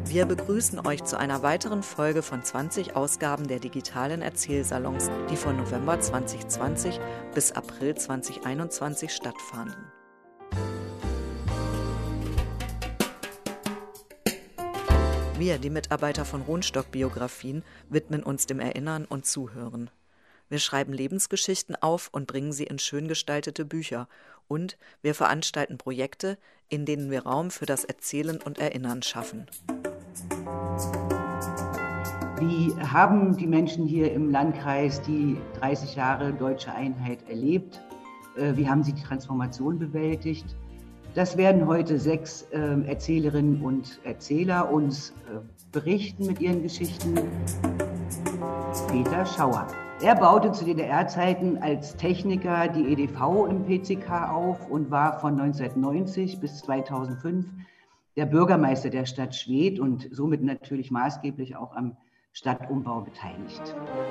Wir begrüßen euch zu einer weiteren Folge von 20 Ausgaben der digitalen Erzählsalons, die von November 2020 bis April 2021 stattfanden. Wir, die Mitarbeiter von Rohnstock Biografien, widmen uns dem Erinnern und Zuhören. Wir schreiben Lebensgeschichten auf und bringen sie in schön gestaltete Bücher. Und wir veranstalten Projekte, in denen wir Raum für das Erzählen und Erinnern schaffen. Wie haben die Menschen hier im Landkreis die 30 Jahre Deutsche Einheit erlebt? Wie haben sie die Transformation bewältigt? Das werden heute 6 Erzählerinnen und Erzähler uns berichten mit ihren Geschichten. Peter Schauer. Er baute zu DDR-Zeiten als Techniker die EDV im PCK auf und war von 1990 bis 2005 der Bürgermeister der Stadt Schwedt und somit natürlich maßgeblich auch am Stadtumbau beteiligt.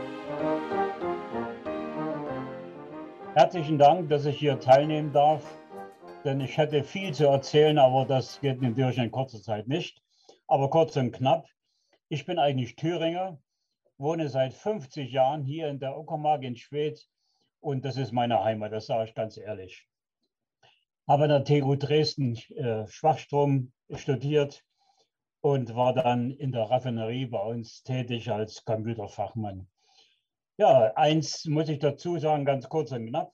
Herzlichen Dank, dass ich hier teilnehmen darf, denn ich hätte viel zu erzählen, aber das geht natürlich in kurzer Zeit nicht. Aber kurz und knapp, ich bin eigentlich Thüringer, wohne seit 50 Jahren hier in der Uckermark in Schwedt und das ist meine Heimat, das sage ich ganz ehrlich. Habe an der TU Dresden Schwachstrom studiert und war dann in der Raffinerie bei uns tätig als Computerfachmann. Ja, eins muss ich dazu sagen, ganz kurz und knapp.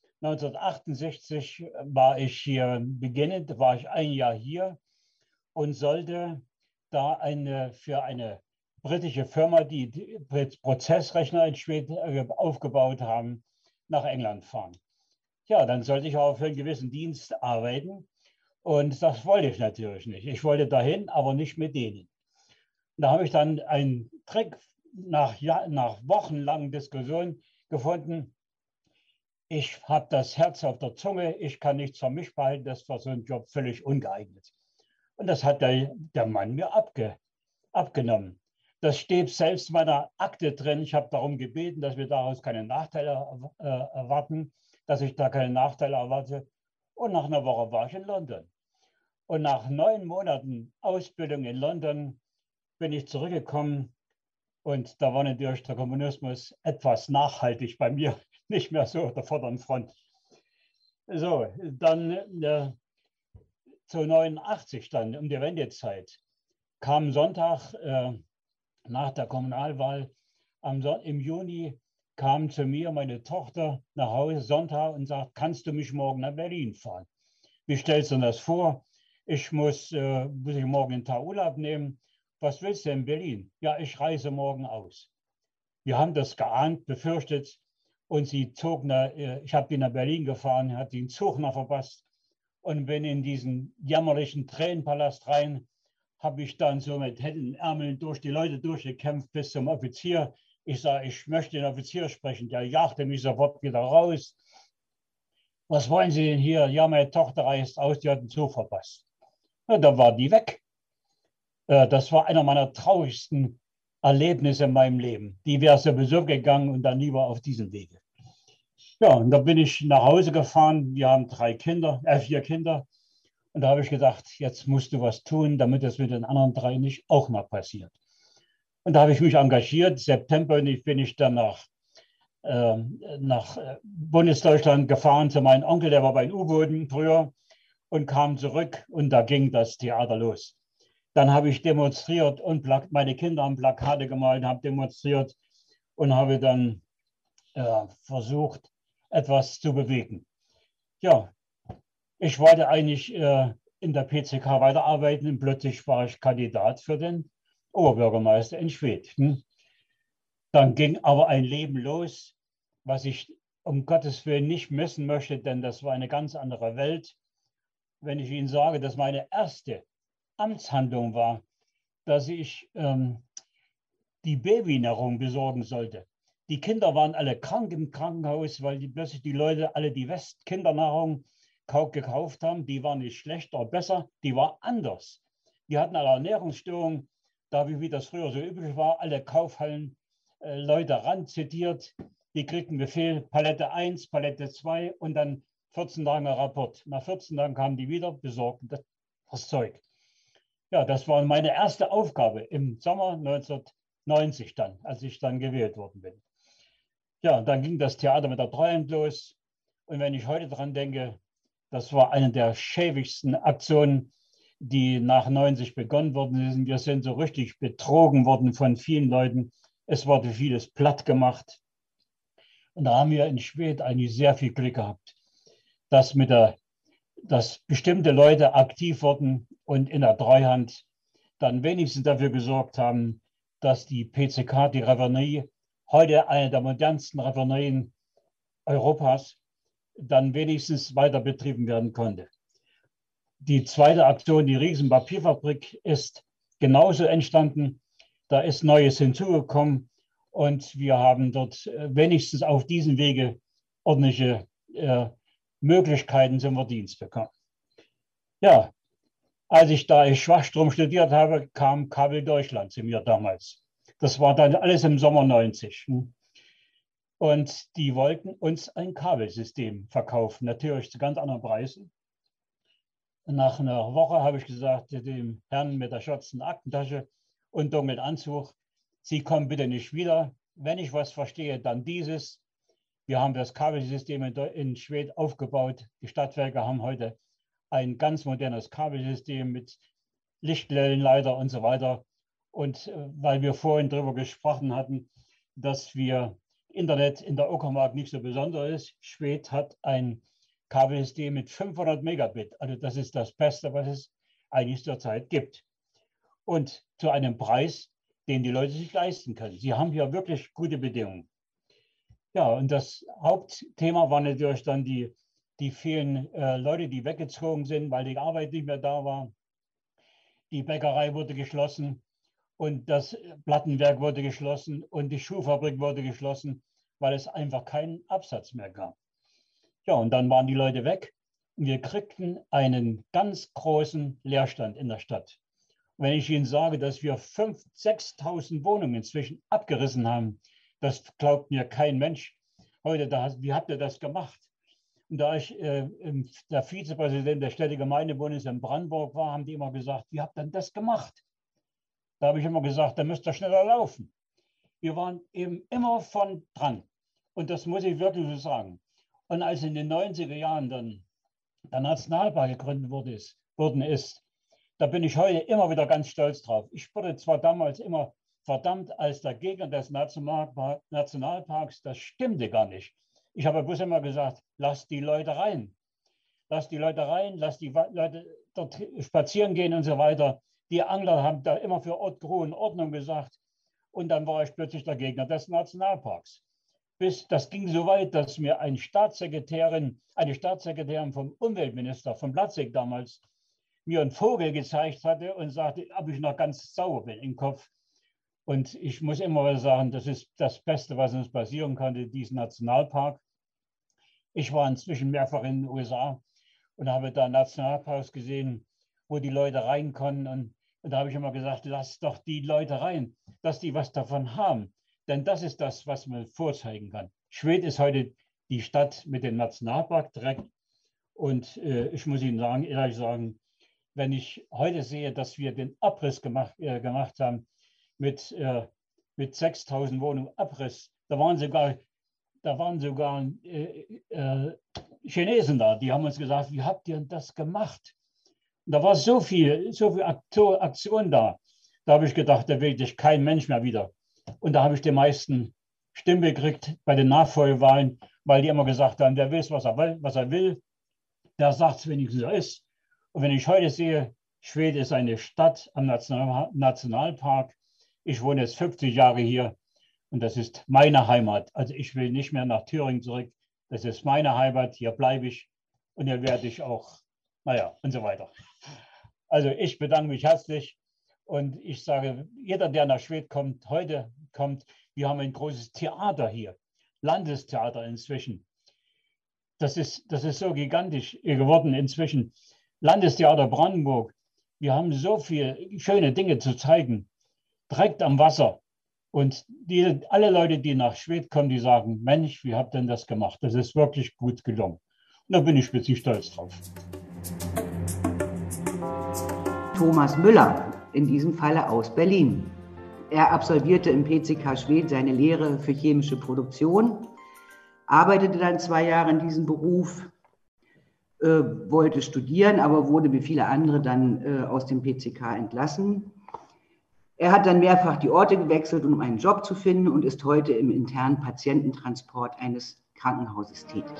1968 war ich hier beginnend, war ich ein Jahr hier und sollte da für eine britische Firma, die Prozessrechner in Schweden aufgebaut haben, nach England fahren. Ja, dann sollte ich auch für einen gewissen Dienst arbeiten und das wollte ich natürlich nicht. Ich wollte dahin, aber nicht mit denen. Da habe ich dann einen Trick nach wochenlangen Diskussionen gefunden. Ich habe das Herz auf der Zunge, ich kann nichts für mich behalten, das war so ein Job völlig ungeeignet. Und das hat der Mann mir abgenommen. Das steht selbst in meiner Akte drin. Ich habe darum gebeten, dass wir daraus keine Nachteile erwarten, dass ich da keine Nachteile erwarte. Und nach einer Woche war ich in London. Und nach 9 Monaten Ausbildung in London bin ich zurückgekommen. Und da war natürlich der Kommunismus etwas nachhaltig bei mir, nicht mehr so auf der vorderen Front. So, dann zu 89 dann, um die Wendezeit, kam Sonntag nach der Kommunalwahl, im Juni kam zu mir meine Tochter nach Hause Sonntag und sagt, kannst du mich morgen nach Berlin fahren? Wie stellst du das vor? Muss ich morgen einen Tag Urlaub nehmen. Was willst du in Berlin? Ja, ich reise morgen aus. Wir haben das geahnt, befürchtet und ich habe die nach Berlin gefahren, hat den Zug noch verpasst und bin in diesen jammerlichen Tränenpalast rein, habe ich dann so mit Händen und Ärmeln durch die Leute durchgekämpft bis zum Offizier. Ich sage, ich möchte den Offizier sprechen. Der jagte mich sofort wieder raus. Was wollen Sie denn hier? Ja, meine Tochter reist aus, die hat den Zug verpasst. Ja, dann war die weg. Das war einer meiner traurigsten Erlebnisse in meinem Leben. Die wäre sowieso gegangen und dann lieber auf diesem Wege. Ja, und da bin ich nach Hause gefahren. Wir haben 4 Kinder. Und da habe ich gedacht, jetzt musst du was tun, damit das mit den anderen 3 nicht auch mal passiert. Und da habe ich mich engagiert. September bin ich dann nach Bundesdeutschland gefahren zu meinem Onkel, der war bei den U-Booten früher und kam zurück und da ging das Theater los. Dann habe ich demonstriert und meine Kinder haben Plakate gemalt, habe demonstriert und habe dann versucht, etwas zu bewegen. Ja, ich wollte eigentlich in der PCK weiterarbeiten und plötzlich war ich Kandidat für den Oberbürgermeister in Schwedt. Dann ging aber ein Leben los, was ich um Gottes Willen nicht missen möchte, denn das war eine ganz andere Welt. Wenn ich Ihnen sage, dass meine erste Amtshandlung war, dass ich die Babynahrung besorgen sollte. Die Kinder waren alle krank im Krankenhaus, weil plötzlich die Leute alle die Kindernnahrung gekauft haben. Die war nicht schlechter oder besser, die war anders. Die hatten alle Ernährungsstörungen, da wie das früher so üblich war, alle Kaufhallen Leute ranzitiert. Die kriegten Befehl, Palette 1, Palette 2 und dann 14 Tage Rapport. Nach 14 Tagen kamen die wieder, besorgten das Zeug. Ja, das war meine erste Aufgabe im Sommer 1990 dann, als ich dann gewählt worden bin. Ja, dann ging das Theater mit der Treuhand los. Und wenn ich heute dran denke, das war eine der schäbigsten Aktionen, die nach 90 begonnen worden sind. Wir sind so richtig betrogen worden von vielen Leuten. Es wurde vieles platt gemacht. Und da haben wir in Schwedt eigentlich sehr viel Glück gehabt, dass bestimmte Leute aktiv wurden und in der Treuhand dann wenigstens dafür gesorgt haben, dass die PCK, die Reverie, heute eine der modernsten Reverien Europas, dann wenigstens weiter betrieben werden konnte. Die zweite Aktion, die Riesenpapierfabrik, ist genauso entstanden. Da ist Neues hinzugekommen und wir haben dort wenigstens auf diesem Wege ordentliche Möglichkeiten zum Verdienst bekommen. Ja, als ich da in Schwachstrom studiert habe, kam Kabel Deutschland zu mir damals. Das war dann alles im Sommer 90. Und die wollten uns ein Kabelsystem verkaufen, natürlich zu ganz anderen Preisen. Nach einer Woche habe ich gesagt dem Herrn mit der schwarzen Aktentasche und dunklen Anzug, Sie kommen bitte nicht wieder. Wenn ich was verstehe, dann dieses. Wir haben das Kabelsystem in Schwedt aufgebaut. Die Stadtwerke haben heute ein ganz modernes Kabelsystem mit Lichtwellenleiter und so weiter. Und weil wir vorhin darüber gesprochen hatten, dass wir Internet in der Uckermark nicht so besonders ist, Schwedt hat ein Kabelsystem mit 500 Megabit. Also das ist das Beste, was es eigentlich zurzeit gibt. Und zu einem Preis, den die Leute sich leisten können. Sie haben hier wirklich gute Bedingungen. Ja, und das Hauptthema war natürlich dann die vielen Leute, die weggezogen sind, weil die Arbeit nicht mehr da war. Die Bäckerei wurde geschlossen und das Plattenwerk wurde geschlossen und die Schuhfabrik wurde geschlossen, weil es einfach keinen Absatz mehr gab. Ja, und dann waren die Leute weg und wir kriegten einen ganz großen Leerstand in der Stadt. Und wenn ich Ihnen sage, dass wir 5.000, 6.000 Wohnungen inzwischen abgerissen haben, das glaubt mir kein Mensch. Heute, wie habt ihr das gemacht? Und da ich der Vizepräsident der Städtegemeindebundes in Brandenburg war, haben die immer gesagt, wie habt ihr denn das gemacht? Da habe ich immer gesagt, da müsst ihr schneller laufen. Wir waren eben immer von dran. Und das muss ich wirklich so sagen. Und als in den 90er Jahren dann der Nationalpark gegründet worden ist, da bin ich heute immer wieder ganz stolz drauf. Ich wurde zwar damals immer verdammt als der Gegner des Nationalparks, das stimmte gar nicht. Ich habe bloß immer gesagt, lasst die Leute rein. Lasst die Leute rein, lasst die Leute dort spazieren gehen und so weiter. Die Angler haben da immer für Ruhe und Ordnung gesagt. Und dann war ich plötzlich der Gegner des Nationalparks. Das ging so weit, dass mir eine Staatssekretärin vom Umweltminister, von Platzek damals, mir einen Vogel gezeigt hatte und sagte, ob ich noch ganz sauer bin im Kopf. Und ich muss immer sagen, das ist das Beste, was uns passieren konnte, diesen Nationalpark. Ich war inzwischen mehrfach in den USA und habe da Nationalparks gesehen, wo die Leute rein konnten. Und da habe ich immer gesagt, lasst doch die Leute rein, dass die was davon haben. Denn das ist das, was man vorzeigen kann. Schwedt ist heute die Stadt mit dem Nationalpark direkt. Und ich muss Ihnen sagen, ehrlich sagen, wenn ich heute sehe, dass wir den Abriss gemacht haben mit 6.000 Wohnungen Abriss, da waren sogar Chinesen da, die haben uns gesagt, wie habt ihr das gemacht? Und da war so viel Aktion da. Da habe ich gedacht, da will dich kein Mensch mehr wieder. Und da habe ich die meisten Stimmen gekriegt bei den Nachfolgewahlen, weil die immer gesagt haben, der weiß, was er will, der sagt es wenigstens, so ist. Und wenn ich heute sehe, Schwedt ist eine Stadt am Nationalpark. Ich wohne jetzt 50 Jahre hier und das ist meine Heimat. Also ich will nicht mehr nach Thüringen zurück. Das ist meine Heimat, hier bleibe ich und hier werde ich auch, naja, und so weiter. Also ich bedanke mich herzlich und ich sage, jeder, der nach Schwedt heute kommt, wir haben ein großes Theater hier, Landestheater inzwischen. Das ist so gigantisch geworden inzwischen. Landestheater Brandenburg. Wir haben so viele schöne Dinge zu zeigen, direkt am Wasser. Und alle Leute, die nach Schwedt kommen, die sagen, Mensch, wie habt ihr denn das gemacht? Das ist wirklich gut gelungen. Und da bin ich wirklich stolz drauf. Thomas Müller. in diesem Falle aus Berlin. Er absolvierte im PCK Schwedt seine Lehre für chemische Produktion, arbeitete dann 2 Jahre in diesem Beruf, wollte studieren, aber wurde wie viele andere dann aus dem PCK entlassen. Er hat dann mehrfach die Orte gewechselt, um einen Job zu finden und ist heute im internen Patiententransport eines Krankenhauses tätig.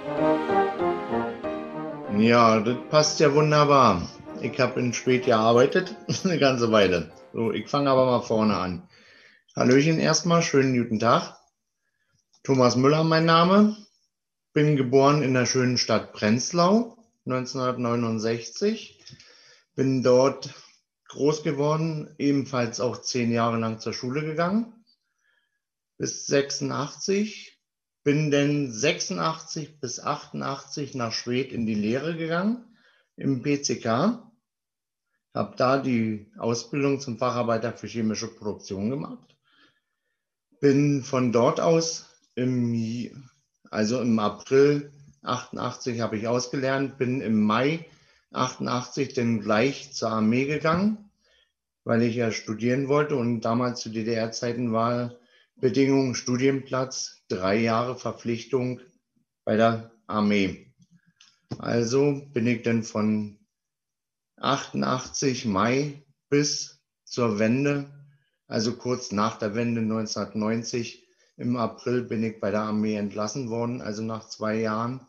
Ja, das passt ja wunderbar. Ich habe in Schwedt gearbeitet, eine ganze Weile. So, ich fange aber mal vorne an. Hallöchen erstmal, schönen guten Tag. Thomas Müller mein Name. Bin geboren in der schönen Stadt Prenzlau 1969. Bin dort groß geworden, ebenfalls auch 10 Jahre lang zur Schule gegangen. Bis 86. Bin dann 86 bis 88 nach Schwedt in die Lehre gegangen, im PCK. Habe da die Ausbildung zum Facharbeiter für chemische Produktion gemacht. Bin von dort aus, im April 88 habe ich ausgelernt, bin im Mai 88 dann gleich zur Armee gegangen, weil ich ja studieren wollte und damals zu DDR-Zeiten war Bedingung Studienplatz, 3 Jahre Verpflichtung bei der Armee. Also bin ich dann von 88 Mai bis zur Wende, also kurz nach der Wende 1990, im April bin ich bei der Armee entlassen worden, also nach 2 Jahren.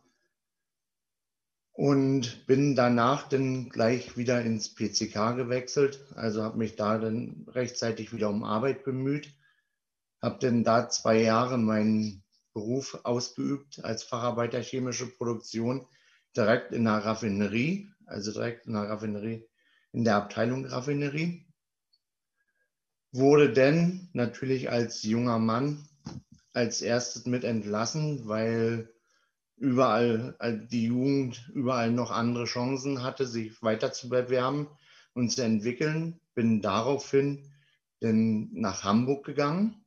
Und bin danach dann gleich wieder ins PCK gewechselt, also habe mich da dann rechtzeitig wieder um Arbeit bemüht. Habe dann da 2 Jahre meinen Beruf ausgeübt als Facharbeiter chemische Produktion, direkt in der Raffinerie, also direkt in der Raffinerie, in der Abteilung Raffinerie. Wurde dann natürlich als junger Mann als erstes mit entlassen, weil überall die Jugend überall noch andere Chancen hatte, sich weiter zu bewerben und zu entwickeln. Bin daraufhin dann nach Hamburg gegangen,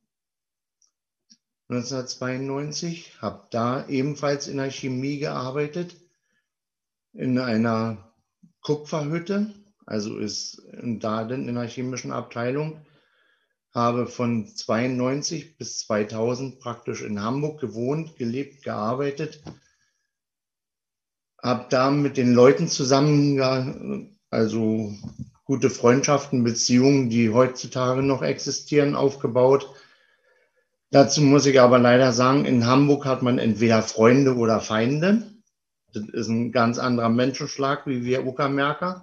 1992, habe da ebenfalls in der Chemie gearbeitet, in einer Kupferhütte, also ist da dann in der chemischen Abteilung, habe von 92 bis 2000 praktisch in Hamburg gewohnt, gelebt, gearbeitet, habe da mit den Leuten zusammen, also gute Freundschaften, Beziehungen, die heutzutage noch existieren, aufgebaut. Dazu muss ich aber leider sagen, in Hamburg hat man entweder Freunde oder Feinde. Das ist ein ganz anderer Menschenschlag, wie wir Uckermärker.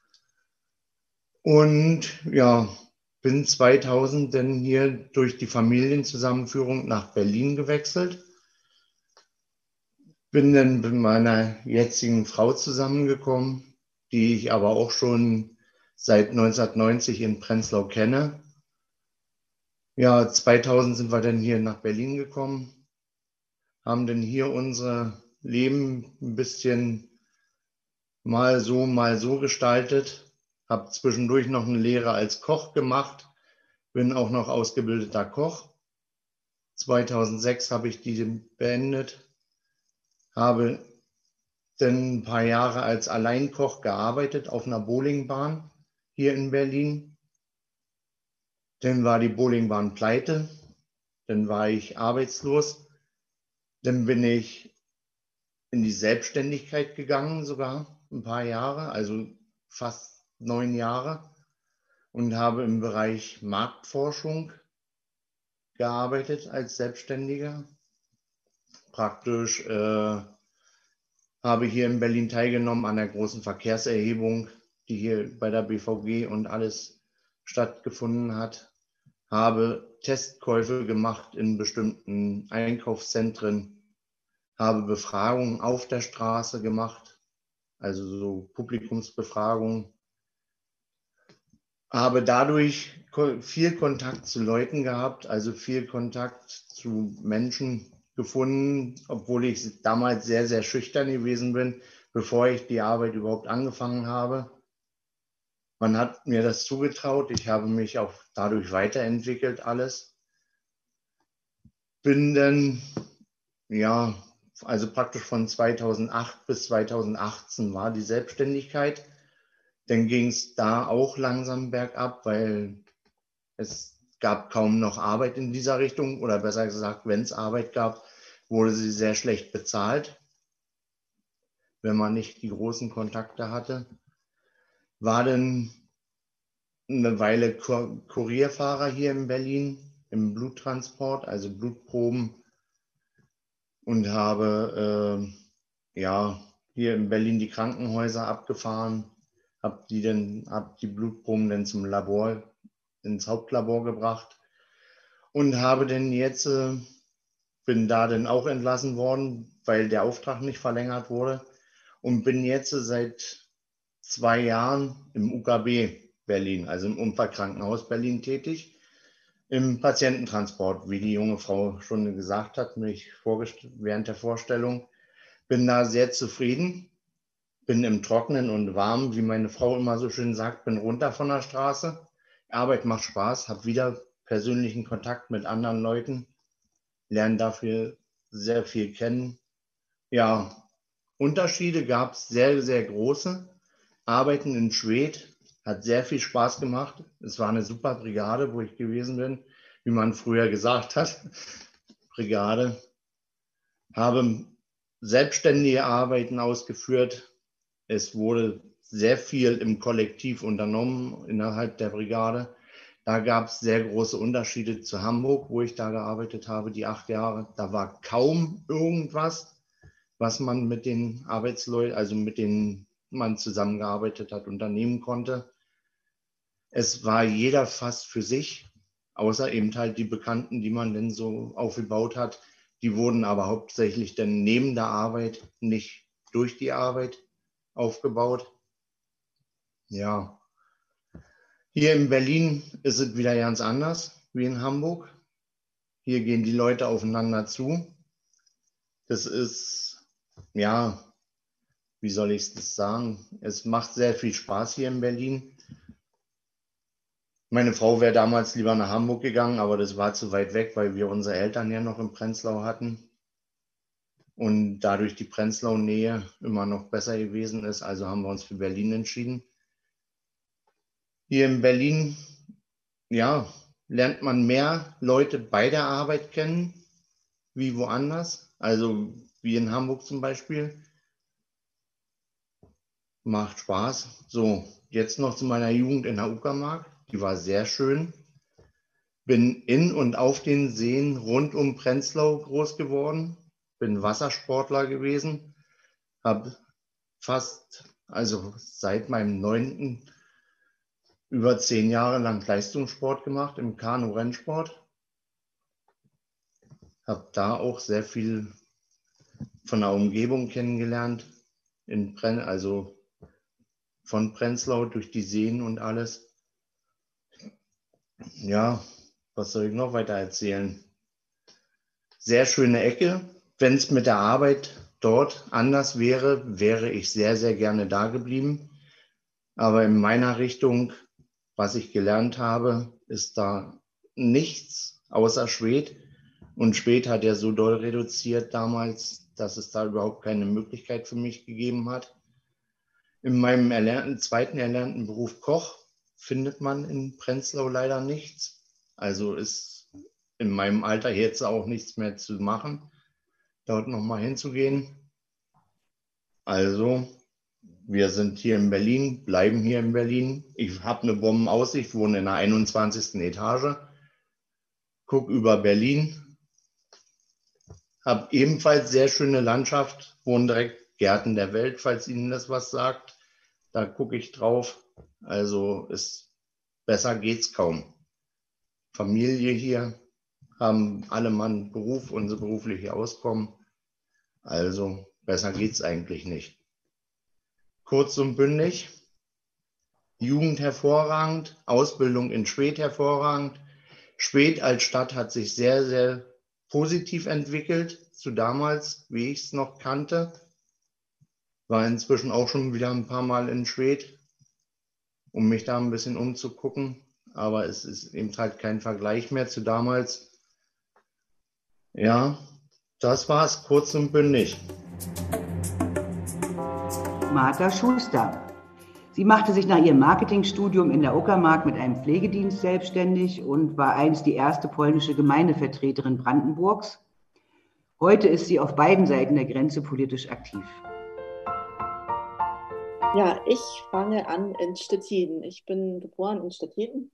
Und ja, bin 2000 dann hier durch die Familienzusammenführung nach Berlin gewechselt. Bin dann mit meiner jetzigen Frau zusammengekommen, die ich aber auch schon seit 1990 in Prenzlau kenne. Ja, 2000 sind wir dann hier nach Berlin gekommen, haben dann hier unser Leben ein bisschen mal so gestaltet. Habe zwischendurch noch eine Lehre als Koch gemacht, bin auch noch ausgebildeter Koch. 2006 habe ich die beendet, habe dann ein paar Jahre als Alleinkoch gearbeitet auf einer Bowlingbahn hier in Berlin. Dann war die Bowlingbahn pleite, dann war ich arbeitslos, dann bin ich in die Selbstständigkeit gegangen, sogar ein paar Jahre, also fast 9 Jahre, und habe im Bereich Marktforschung gearbeitet als Selbstständiger. Praktisch habe hier in Berlin teilgenommen an der großen Verkehrserhebung, die hier bei der BVG und alles stattgefunden hat. Habe Testkäufe gemacht in bestimmten Einkaufszentren, habe Befragungen auf der Straße gemacht, also so Publikumsbefragungen. Habe dadurch viel Kontakt zu Leuten gehabt, also viel Kontakt zu Menschen gefunden, obwohl ich damals sehr, sehr schüchtern gewesen bin, bevor ich die Arbeit überhaupt angefangen habe. Man hat mir das zugetraut, ich habe mich auch dadurch weiterentwickelt, alles. Bin dann, ja, also praktisch von 2008 bis 2018 war die Selbstständigkeit. Dann ging es da auch langsam bergab, weil es gab kaum noch Arbeit in dieser Richtung. Oder besser gesagt, wenn es Arbeit gab, wurde sie sehr schlecht bezahlt, wenn man nicht die großen Kontakte hatte. War dann eine Weile Kurierfahrer hier in Berlin im Bluttransport, also Blutproben, und habe hier in Berlin die Krankenhäuser abgefahren, habe die Blutproben dann zum Labor, ins Hauptlabor gebracht und habe dann jetzt, bin da dann auch entlassen worden, weil der Auftrag nicht verlängert wurde und bin jetzt seit 2 Jahren im UKB Berlin, also im Unfallkrankenhaus Berlin tätig, im Patiententransport, wie die junge Frau schon gesagt hat, während der Vorstellung. Bin da sehr zufrieden, bin im Trockenen und Warmen, wie meine Frau immer so schön sagt, bin runter von der Straße. Arbeit macht Spaß, habe wieder persönlichen Kontakt mit anderen Leuten, lerne dafür sehr viel kennen. Ja, Unterschiede gab es sehr, sehr große. Arbeiten in Schwedt hat sehr viel Spaß gemacht. Es war eine super Brigade, wo ich gewesen bin, wie man früher gesagt hat. Brigade. Habe selbstständige Arbeiten ausgeführt. Es wurde sehr viel im Kollektiv unternommen innerhalb der Brigade. Da gab es sehr große Unterschiede zu Hamburg, wo ich da gearbeitet habe, die 8 Jahre. Da war kaum irgendwas, was man mit den Arbeitsleuten, also mit denen man zusammengearbeitet hat, unternehmen konnte. Es war jeder fast für sich, außer eben halt die Bekannten, die man dann so aufgebaut hat. Die wurden aber hauptsächlich dann neben der Arbeit, nicht durch die Arbeit aufgebaut. Ja, hier in Berlin ist es wieder ganz anders wie in Hamburg. Hier gehen die Leute aufeinander zu. Das ist, ja, wie soll ich das sagen? Es macht sehr viel Spaß hier in Berlin. Meine Frau wäre damals lieber nach Hamburg gegangen, aber das war zu weit weg, weil wir unsere Eltern ja noch in Prenzlau hatten. Und dadurch die Prenzlau-Nähe immer noch besser gewesen ist, also haben wir uns für Berlin entschieden. Hier in Berlin, ja, lernt man mehr Leute bei der Arbeit kennen, wie woanders. Also wie in Hamburg zum Beispiel. Macht Spaß. So, jetzt noch zu meiner Jugend in der Uckermark. Die war sehr schön. Bin in und auf den Seen rund um Prenzlau groß geworden. Bin Wassersportler gewesen. Habe also seit meinem 9. über 10 Jahre lang Leistungssport gemacht im Kanu-Rennsport. Habe da auch sehr viel von der Umgebung kennengelernt, also von Prenzlau durch die Seen und alles. Ja, was soll ich noch weiter erzählen? Sehr schöne Ecke. Wenn es mit der Arbeit dort anders wäre, wäre ich sehr, sehr gerne da geblieben. Aber in meiner Richtung, was ich gelernt habe, ist da nichts außer Schwedt. Und Schwedt hat ja so doll reduziert damals, dass es da überhaupt keine Möglichkeit für mich gegeben hat. In meinem zweiten erlernten Beruf Koch findet man in Prenzlau leider nichts. Also ist in meinem Alter jetzt auch nichts mehr zu machen, dort nochmal hinzugehen. Also wir sind hier in Berlin, bleiben hier in Berlin. Ich habe eine Bombenaussicht, wohne in der 21. Etage, gucke über Berlin, habe ebenfalls sehr schöne Landschaft, wohne direkt Gärten der Welt, falls Ihnen das was sagt. Da gucke ich drauf. Also besser geht's kaum. Familie hier, haben alle Mann Beruf, unser berufliche Auskommen. Also besser geht's eigentlich nicht. Kurz und bündig. Jugend hervorragend, Ausbildung in Schwedt hervorragend. Schwedt als Stadt hat sich sehr, sehr positiv entwickelt zu damals, wie ich es noch kannte. War inzwischen auch schon wieder ein paar Mal in Schwedt, um mich da ein bisschen umzugucken. Aber es ist eben halt kein Vergleich mehr zu damals. Ja, das war's, kurz und bündig. Martha Schuster. Sie machte sich nach ihrem Marketingstudium in der Uckermark mit einem Pflegedienst selbstständig und war einst die erste polnische Gemeindevertreterin Brandenburgs. Heute ist sie auf beiden Seiten der Grenze politisch aktiv. Ja, ich fange an in Stettin. Ich bin geboren in Stettin,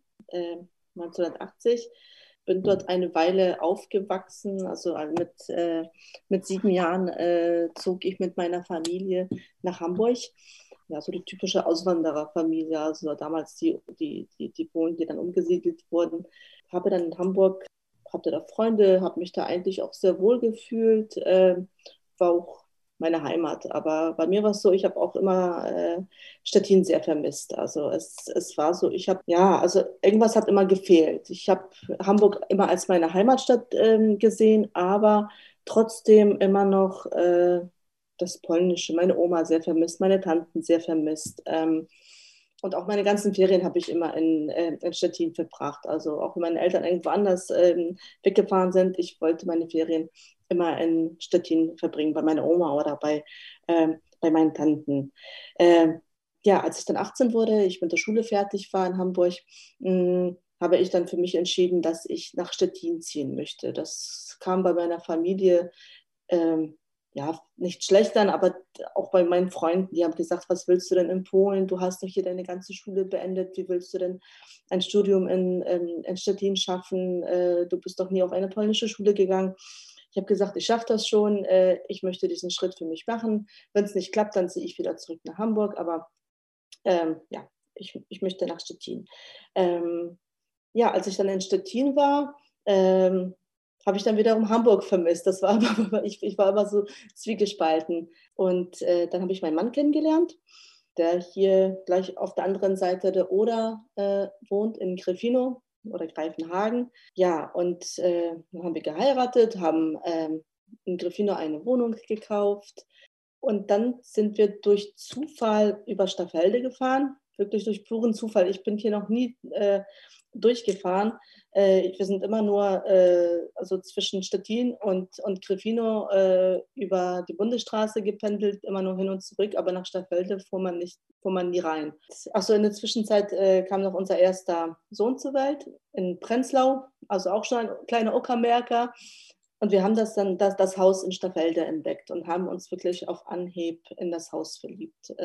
1980. Bin dort eine Weile aufgewachsen. Also mit 7 Jahren zog ich mit meiner Familie nach Hamburg. Ja, so die typische Auswandererfamilie. Also damals die Polen, die dann umgesiedelt wurden. Habe dann in Hamburg, hatte da Freunde, habe mich da eigentlich auch sehr wohl gefühlt. War auch meine Heimat. Aber bei mir war es so, ich habe auch immer Stettin sehr vermisst. Also es war so, also irgendwas hat immer gefehlt. Ich habe Hamburg immer als meine Heimatstadt gesehen, aber trotzdem immer noch das Polnische, meine Oma sehr vermisst, meine Tanten sehr vermisst. Und auch meine ganzen Ferien habe ich immer in Stettin verbracht. Also auch wenn meine Eltern irgendwo anders weggefahren sind, ich wollte meine Ferien immer in Stettin verbringen, bei meiner Oma oder bei meinen Tanten. Ja, als ich dann 18 wurde, ich mit der Schule fertig war in Hamburg, habe ich dann für mich entschieden, dass ich nach Stettin ziehen möchte. Das kam bei meiner Familie ja, nicht schlecht an, aber auch bei meinen Freunden, die haben gesagt, was willst du denn in Polen? Du hast doch hier deine ganze Schule beendet. Wie willst du denn ein Studium in Stettin schaffen? Du bist doch nie auf eine polnische Schule gegangen. Ich habe gesagt, ich schaffe das schon. Ich möchte diesen Schritt für mich machen. Wenn es nicht klappt, dann ziehe ich wieder zurück nach Hamburg. Aber ja, ich möchte nach Stettin. Ja, als ich dann in Stettin war, habe ich dann wiederum Hamburg vermisst. Das war aber, ich war immer so zwiegespalten. Und dann habe ich meinen Mann kennengelernt, der hier gleich auf der anderen Seite der Oder wohnt, in Gryfino oder Greifenhagen. Ja, und dann haben wir geheiratet, haben in Gryfino eine Wohnung gekauft. Und dann sind wir durch Zufall über Staffelde gefahren, wirklich durch puren Zufall. Ich bin hier noch nie durchgefahren. Wir sind immer nur also zwischen Stettin und Gryfino über die Bundesstraße gependelt, immer nur hin und zurück, aber nach Staffelde fuhr man nie rein. Achso, in der Zwischenzeit kam noch unser erster Sohn zur Welt in Prenzlau, also auch schon ein kleiner Uckermärker. Und wir haben das Haus in Staffelde entdeckt und haben uns wirklich auf Anhieb in das Haus verliebt.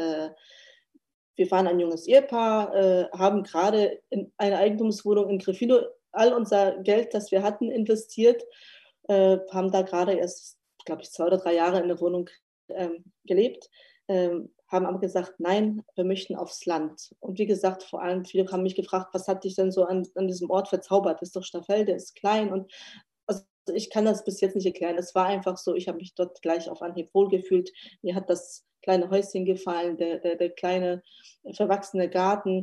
Wir waren ein junges Ehepaar, haben gerade in eine Eigentumswohnung in Gryfino all unser Geld, das wir hatten, investiert, haben da gerade erst, glaube ich, 2 oder 3 Jahre in der Wohnung gelebt, haben aber gesagt, nein, wir möchten aufs Land. Und wie gesagt, vor allem viele haben mich gefragt, was hat dich denn so an diesem Ort verzaubert? Das ist doch Staffelde, ist klein und also ich kann das bis jetzt nicht erklären. Es war einfach so, ich habe mich dort gleich auf Anhieb wohlgefühlt. Mir hat das kleine Häuschen gefallen, der kleine verwachsene Garten.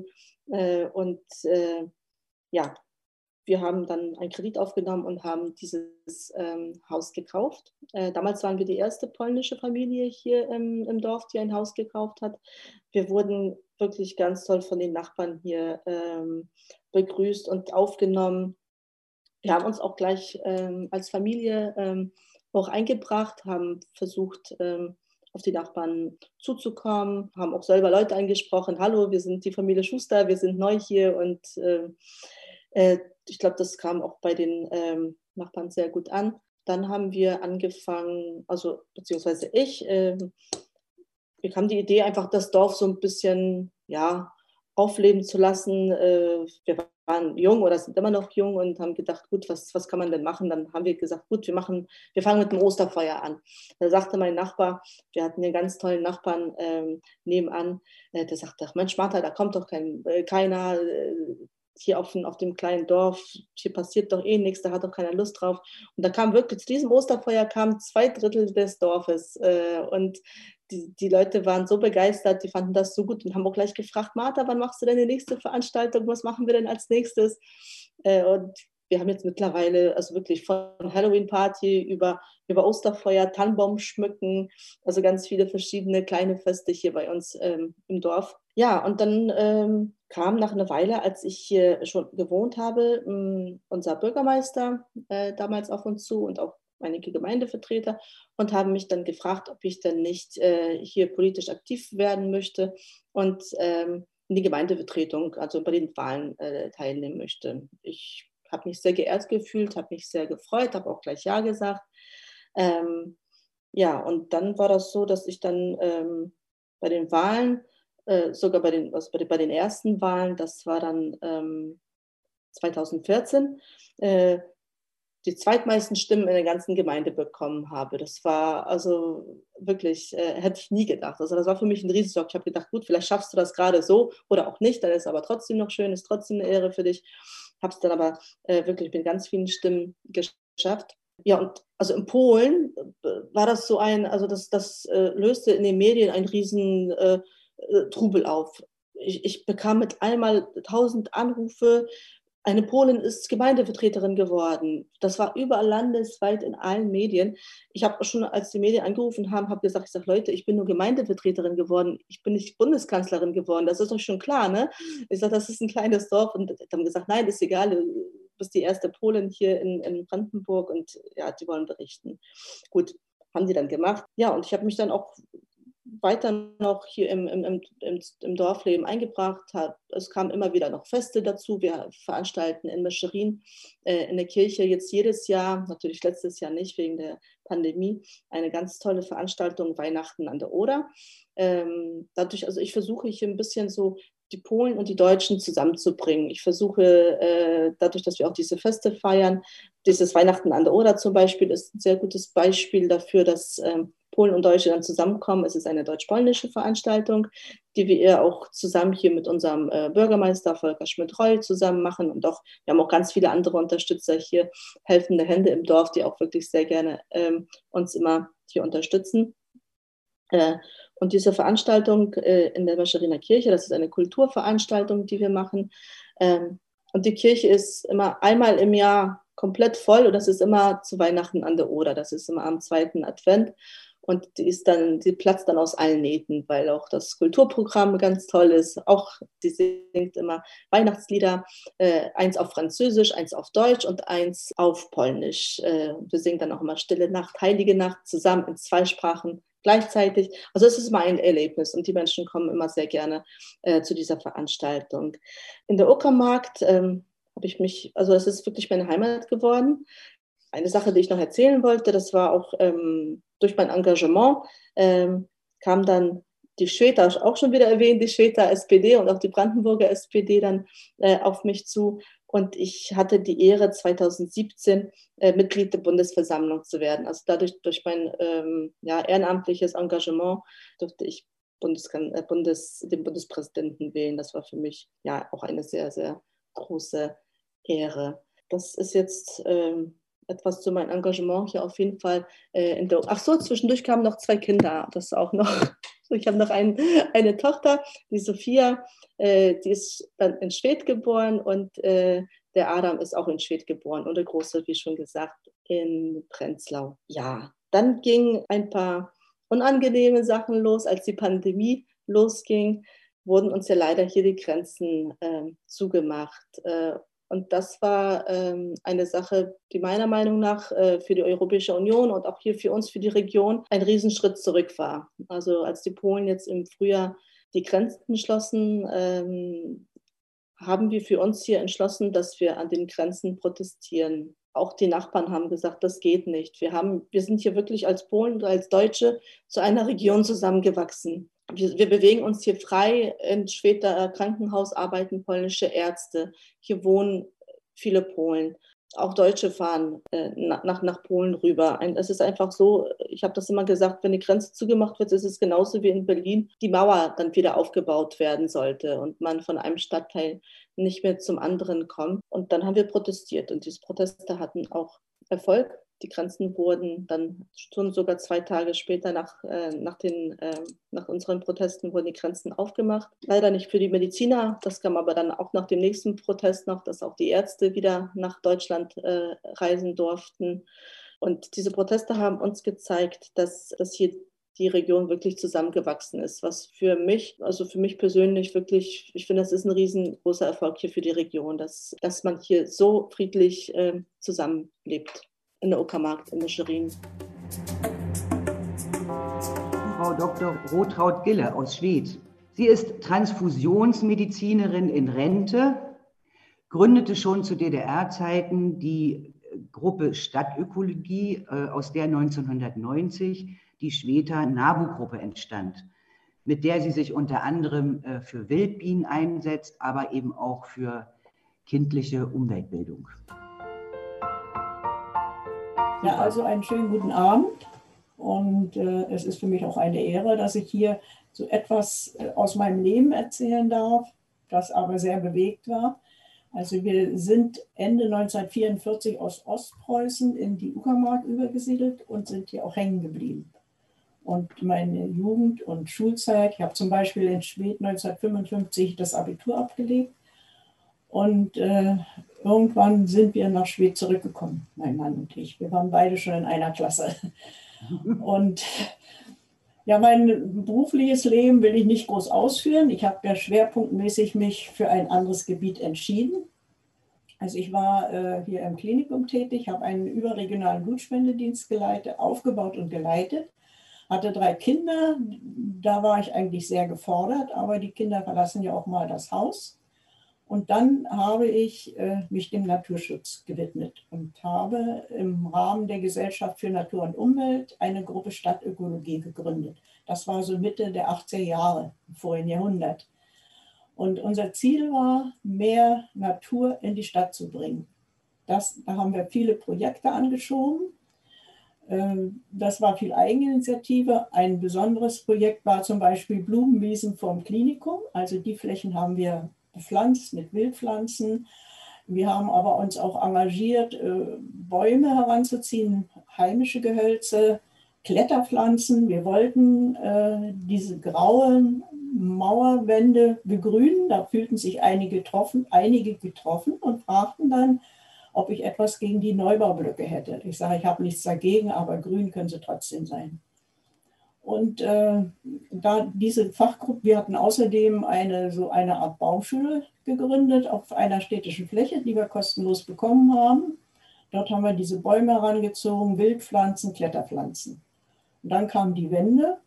Ja, wir haben dann einen Kredit aufgenommen und haben dieses Haus gekauft. Damals waren wir die erste polnische Familie hier im Dorf, die ein Haus gekauft hat. Wir wurden wirklich ganz toll von den Nachbarn hier begrüßt und aufgenommen. Wir haben uns auch gleich als Familie auch eingebracht, haben versucht, auf die Nachbarn zuzukommen, haben auch selber Leute angesprochen. Hallo, wir sind die Familie Schuster, wir sind neu hier. Und ich glaube, das kam auch bei den Nachbarn sehr gut an. Dann haben wir angefangen, also beziehungsweise wir haben die Idee, einfach das Dorf so ein bisschen, ja, aufleben zu lassen. Wir waren jung oder sind immer noch jung und haben gedacht, gut, was kann man denn machen? Dann haben wir gesagt, gut, wir fangen mit dem Osterfeuer an. Da sagte mein Nachbar, wir hatten einen ganz tollen Nachbarn nebenan, der sagte, Mensch Martha, da kommt doch keiner hier auf dem kleinen Dorf, hier passiert doch eh nichts, da hat doch keiner Lust drauf. Und da kam wirklich, zu diesem Osterfeuer kamen 2/3 des Dorfes und die Leute waren so begeistert, die fanden das so gut und haben auch gleich gefragt, Martha, wann machst du denn die nächste Veranstaltung? Was machen wir denn als nächstes? Und wir haben jetzt mittlerweile, also wirklich von Halloween-Party über Osterfeuer, Tannenbaum schmücken, also ganz viele verschiedene kleine Feste hier bei uns im Dorf. Ja, und dann kam nach einer Weile, als ich hier schon gewohnt habe, unser Bürgermeister damals auf uns zu und auch einige Gemeindevertreter und haben mich dann gefragt, ob ich dann nicht hier politisch aktiv werden möchte und in die Gemeindevertretung, also bei den Wahlen teilnehmen möchte. Ich habe mich sehr geehrt gefühlt, habe mich sehr gefreut, habe auch gleich Ja gesagt. Ja, und dann war das so, dass ich dann bei den Wahlen, sogar bei den ersten Wahlen, das war dann 2014, die zweitmeisten Stimmen in der ganzen Gemeinde bekommen habe. Das war also wirklich, hätte ich nie gedacht. Also das war für mich ein Riesenschock. Ich habe gedacht, gut, vielleicht schaffst du das gerade so oder auch nicht, dann ist es aber trotzdem noch schön, ist trotzdem eine Ehre für dich. Habe es dann aber wirklich mit ganz vielen Stimmen geschafft. Ja, und also in Polen war das so also das löste in den Medien einen riesen Trubel auf. Ich bekam mit einmal 1000 Anrufe. Eine Polin ist Gemeindevertreterin geworden. Das war überall landesweit in allen Medien. Ich habe schon, als die Medien angerufen haben, habe gesagt, Leute, ich bin nur Gemeindevertreterin geworden. Ich bin nicht Bundeskanzlerin geworden. Das ist doch schon klar, ne? Ich sage, das ist ein kleines Dorf. Und die haben gesagt, nein, ist egal. Du bist die erste Polin hier in Brandenburg und ja, die wollen berichten. Gut, haben die dann gemacht. Ja, und ich habe mich dann auch weiter noch hier im Dorfleben eingebracht hat. Es kamen immer wieder noch Feste dazu. Wir veranstalten in Mescherin in der Kirche jetzt jedes Jahr, natürlich letztes Jahr nicht wegen der Pandemie, eine ganz tolle Veranstaltung, Weihnachten an der Oder. Dadurch, also ich versuche hier ein bisschen so die Polen und die Deutschen zusammenzubringen. Ich versuche, dadurch, dass wir auch diese Feste feiern, dieses Weihnachten an der Oder zum Beispiel ist ein sehr gutes Beispiel dafür, dass Polen und Deutsche dann zusammenkommen. Es ist eine deutsch-polnische Veranstaltung, die wir auch zusammen hier mit unserem Bürgermeister Volker Schmidt-Roll zusammen machen und auch, wir haben auch ganz viele andere Unterstützer hier, helfende Hände im Dorf, die auch wirklich sehr gerne uns immer hier unterstützen. Und diese Veranstaltung in der Mescheriner Kirche, das ist eine Kulturveranstaltung, die wir machen. Und die Kirche ist immer einmal im Jahr komplett voll und das ist immer zu Weihnachten an der Oder. Das ist immer am 2. Advent. Und die platzt dann aus allen Nähten, weil auch das Kulturprogramm ganz toll ist. Auch sie singt immer Weihnachtslieder, eins auf Französisch, eins auf Deutsch und eins auf Polnisch. Wir singen dann auch immer Stille Nacht, Heilige Nacht zusammen in 2 Sprachen gleichzeitig. Also es ist immer ein Erlebnis und die Menschen kommen immer sehr gerne zu dieser Veranstaltung. In der Uckermark habe ich mich, also es ist wirklich meine Heimat geworden. Eine Sache, die ich noch erzählen wollte, das war auch durch mein Engagement, kam dann die Schweta, auch schon wieder erwähnt, die Schweta SPD und auch die Brandenburger SPD dann auf mich zu. Und ich hatte die Ehre, 2017 Mitglied der Bundesversammlung zu werden. Also dadurch, durch mein ehrenamtliches Engagement, durfte ich den Bundespräsidenten wählen. Das war für mich ja auch eine sehr, sehr große Ehre. Das ist jetzt etwas zu meinem Engagement hier auf jeden Fall. Ach so, zwischendurch kamen noch 2 Kinder, das auch noch. Ich habe noch eine Tochter, die Sophia, die ist dann in Schwedt geboren und der Adam ist auch in Schwedt geboren und der Große, wie schon gesagt, in Prenzlau. Ja, dann gingen ein paar unangenehme Sachen los, als die Pandemie losging, wurden uns ja leider hier die Grenzen zugemacht. Und das war eine Sache, die meiner Meinung nach für die Europäische Union und auch hier für uns, für die Region, ein Riesenschritt zurück war. Also als die Polen jetzt im Frühjahr die Grenzen schlossen, haben wir für uns hier entschlossen, dass wir an den Grenzen protestieren. Auch die Nachbarn haben gesagt, das geht nicht. Wir sind hier wirklich als Polen und als Deutsche zu einer Region zusammengewachsen. Wir bewegen uns hier frei. In Schwedter Krankenhaus arbeiten polnische Ärzte. Hier wohnen viele Polen. Auch Deutsche fahren nach Polen rüber. Es ist einfach so, ich habe das immer gesagt, wenn die Grenze zugemacht wird, ist es genauso wie in Berlin, die Mauer dann wieder aufgebaut werden sollte und man von einem Stadtteil nicht mehr zum anderen kommt. Und dann haben wir protestiert und diese Proteste hatten auch Erfolg. Die Grenzen wurden dann schon sogar 2 Tage später nach unseren Protesten wurden die Grenzen aufgemacht. Leider nicht für die Mediziner. Das kam aber dann auch nach dem nächsten Protest noch, dass auch die Ärzte wieder nach Deutschland reisen durften. Und diese Proteste haben uns gezeigt, dass hier die Region wirklich zusammengewachsen ist, was für mich persönlich wirklich, ich finde, das ist ein riesengroßer Erfolg hier für die Region, dass man hier so friedlich zusammenlebt. in der Uckermark in der Schwerin. Frau Dr. Rotraud Gille aus Schwedt. Sie ist Transfusionsmedizinerin in Rente, gründete schon zu DDR-Zeiten die Gruppe Stadtökologie, aus der 1990 die Schwedter NABU-Gruppe entstand, mit der sie sich unter anderem für Wildbienen einsetzt, aber eben auch für kindliche Umweltbildung. Ja, also einen schönen guten Abend. Und es ist für mich auch eine Ehre, dass ich hier so etwas aus meinem Leben erzählen darf, das aber sehr bewegt war. Also wir sind Ende 1944 aus Ostpreußen in die Uckermark übergesiedelt und sind hier auch hängen geblieben. Und meine Jugend- und Schulzeit, ich habe zum Beispiel in Schwedt 1955 das Abitur abgelegt. Und irgendwann sind wir nach Schwedt zurückgekommen, mein Mann und ich. Wir waren beide schon in einer Klasse. Und ja, mein berufliches Leben will ich nicht groß ausführen. Ich habe ja schwerpunktmäßig mich für ein anderes Gebiet entschieden. Also ich war hier im Klinikum tätig, habe einen überregionalen Blutspendedienst aufgebaut und geleitet, hatte 3 Kinder. Da war ich eigentlich sehr gefordert, aber die Kinder verlassen ja auch mal das Haus. Und dann habe ich mich dem Naturschutz gewidmet und habe im Rahmen der Gesellschaft für Natur und Umwelt eine Gruppe Stadtökologie gegründet. Das war so Mitte der 80er Jahre, im vorigen Jahrhundert. Und unser Ziel war, mehr Natur in die Stadt zu bringen. Da haben wir viele Projekte angeschoben. Das war viel Eigeninitiative. Ein besonderes Projekt war zum Beispiel Blumenwiesen vom Klinikum. Also die Flächen haben wir bepflanzt mit Wildpflanzen. Wir haben aber uns auch engagiert, Bäume heranzuziehen, heimische Gehölze, Kletterpflanzen. Wir wollten diese grauen Mauerwände begrünen. Da fühlten sich einige getroffen und fragten dann, ob ich etwas gegen die Neubaublöcke hätte. Ich sage, ich habe nichts dagegen, aber grün können sie trotzdem sein. Und da diese Fachgruppe, wir hatten außerdem so eine Art Baumschule gegründet auf einer städtischen Fläche, die wir kostenlos bekommen haben. Dort haben wir diese Bäume herangezogen, Wildpflanzen, Kletterpflanzen. Und dann kam die Wende.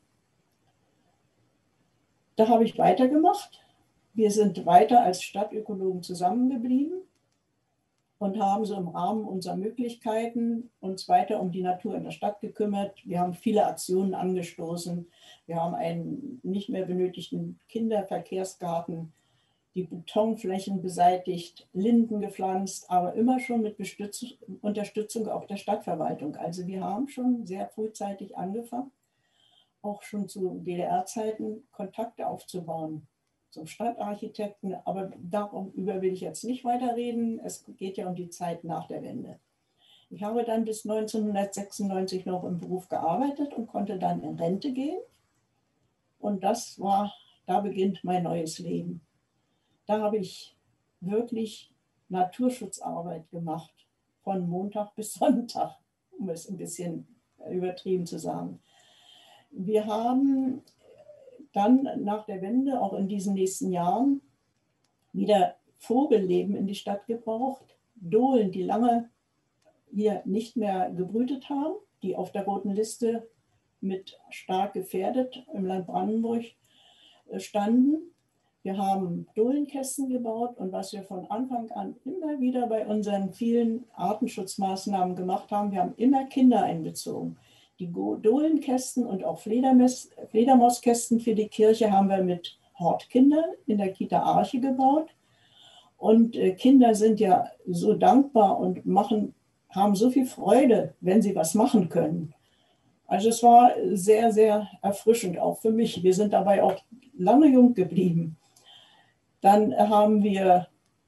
Da habe ich weitergemacht. Wir sind weiter als Stadtökologen zusammengeblieben und haben so im Rahmen unserer Möglichkeiten uns weiter um die Natur in der Stadt gekümmert. Wir haben viele Aktionen angestoßen. Wir haben einen nicht mehr benötigten Kinderverkehrsgarten, die Betonflächen beseitigt, Linden gepflanzt, aber immer schon mit Unterstützung auch der Stadtverwaltung. Also wir haben schon sehr frühzeitig angefangen, auch schon zu DDR-Zeiten Kontakte aufzubauen zum Stadtarchitekten, aber darüber will ich jetzt nicht weiterreden. Es geht ja um die Zeit nach der Wende. Ich habe dann bis 1996 noch im Beruf gearbeitet und konnte dann in Rente gehen. Und da beginnt mein neues Leben. Da habe ich wirklich Naturschutzarbeit gemacht, von Montag bis Sonntag, um es ein bisschen übertrieben zu sagen. Wir haben dann nach der Wende, auch in diesen nächsten Jahren, wieder Vogelleben in die Stadt gebraucht. Dohlen, die lange hier nicht mehr gebrütet haben, die auf der roten Liste mit stark gefährdet im Land Brandenburg standen. Wir haben Dohlenkästen gebaut und was wir von Anfang an immer wieder bei unseren vielen Artenschutzmaßnahmen gemacht haben, wir haben immer Kinder einbezogen. Die Dohlenkästen und auch Fledermauskästen für die Kirche haben wir mit Hortkindern in der Kita Arche gebaut. Und Kinder sind ja so dankbar und haben so viel Freude, wenn sie was machen können. Also es war sehr, sehr erfrischend, auch für mich. Wir sind dabei auch lange jung geblieben. Dann haben wir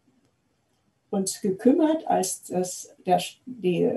uns gekümmert, als die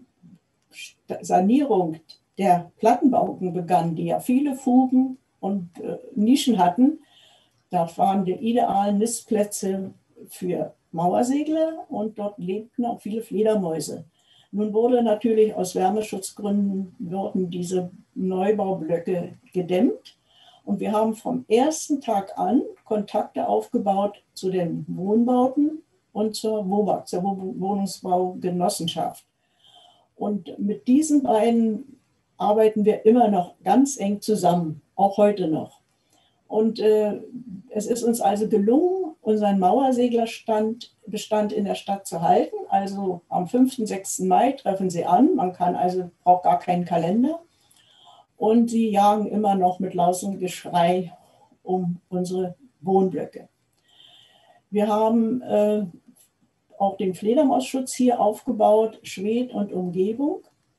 Sanierung der Plattenbauten begann, die ja viele Fugen und Nischen hatten. Da waren die idealen Nistplätze für Mauersegler und dort lebten auch viele Fledermäuse. Nun wurde natürlich aus Wärmeschutzgründen diese Neubaublöcke gedämmt und wir haben vom ersten Tag an Kontakte aufgebaut zu den Wohnbauten und zur WOBAG, zur Wohnungsbaugenossenschaft. Und mit diesen beiden arbeiten wir immer noch ganz eng zusammen, auch heute noch. Und es ist uns also gelungen, unseren Mauerseglerbestand in der Stadt zu halten. Also am 5. und 6. Mai treffen sie an. Man kann also, braucht gar keinen Kalender. Und sie jagen immer noch mit lausem Geschrei um unsere Wohnblöcke. Wir haben auch den Fledermausschutz hier aufgebaut, Schwedt und Umgebung.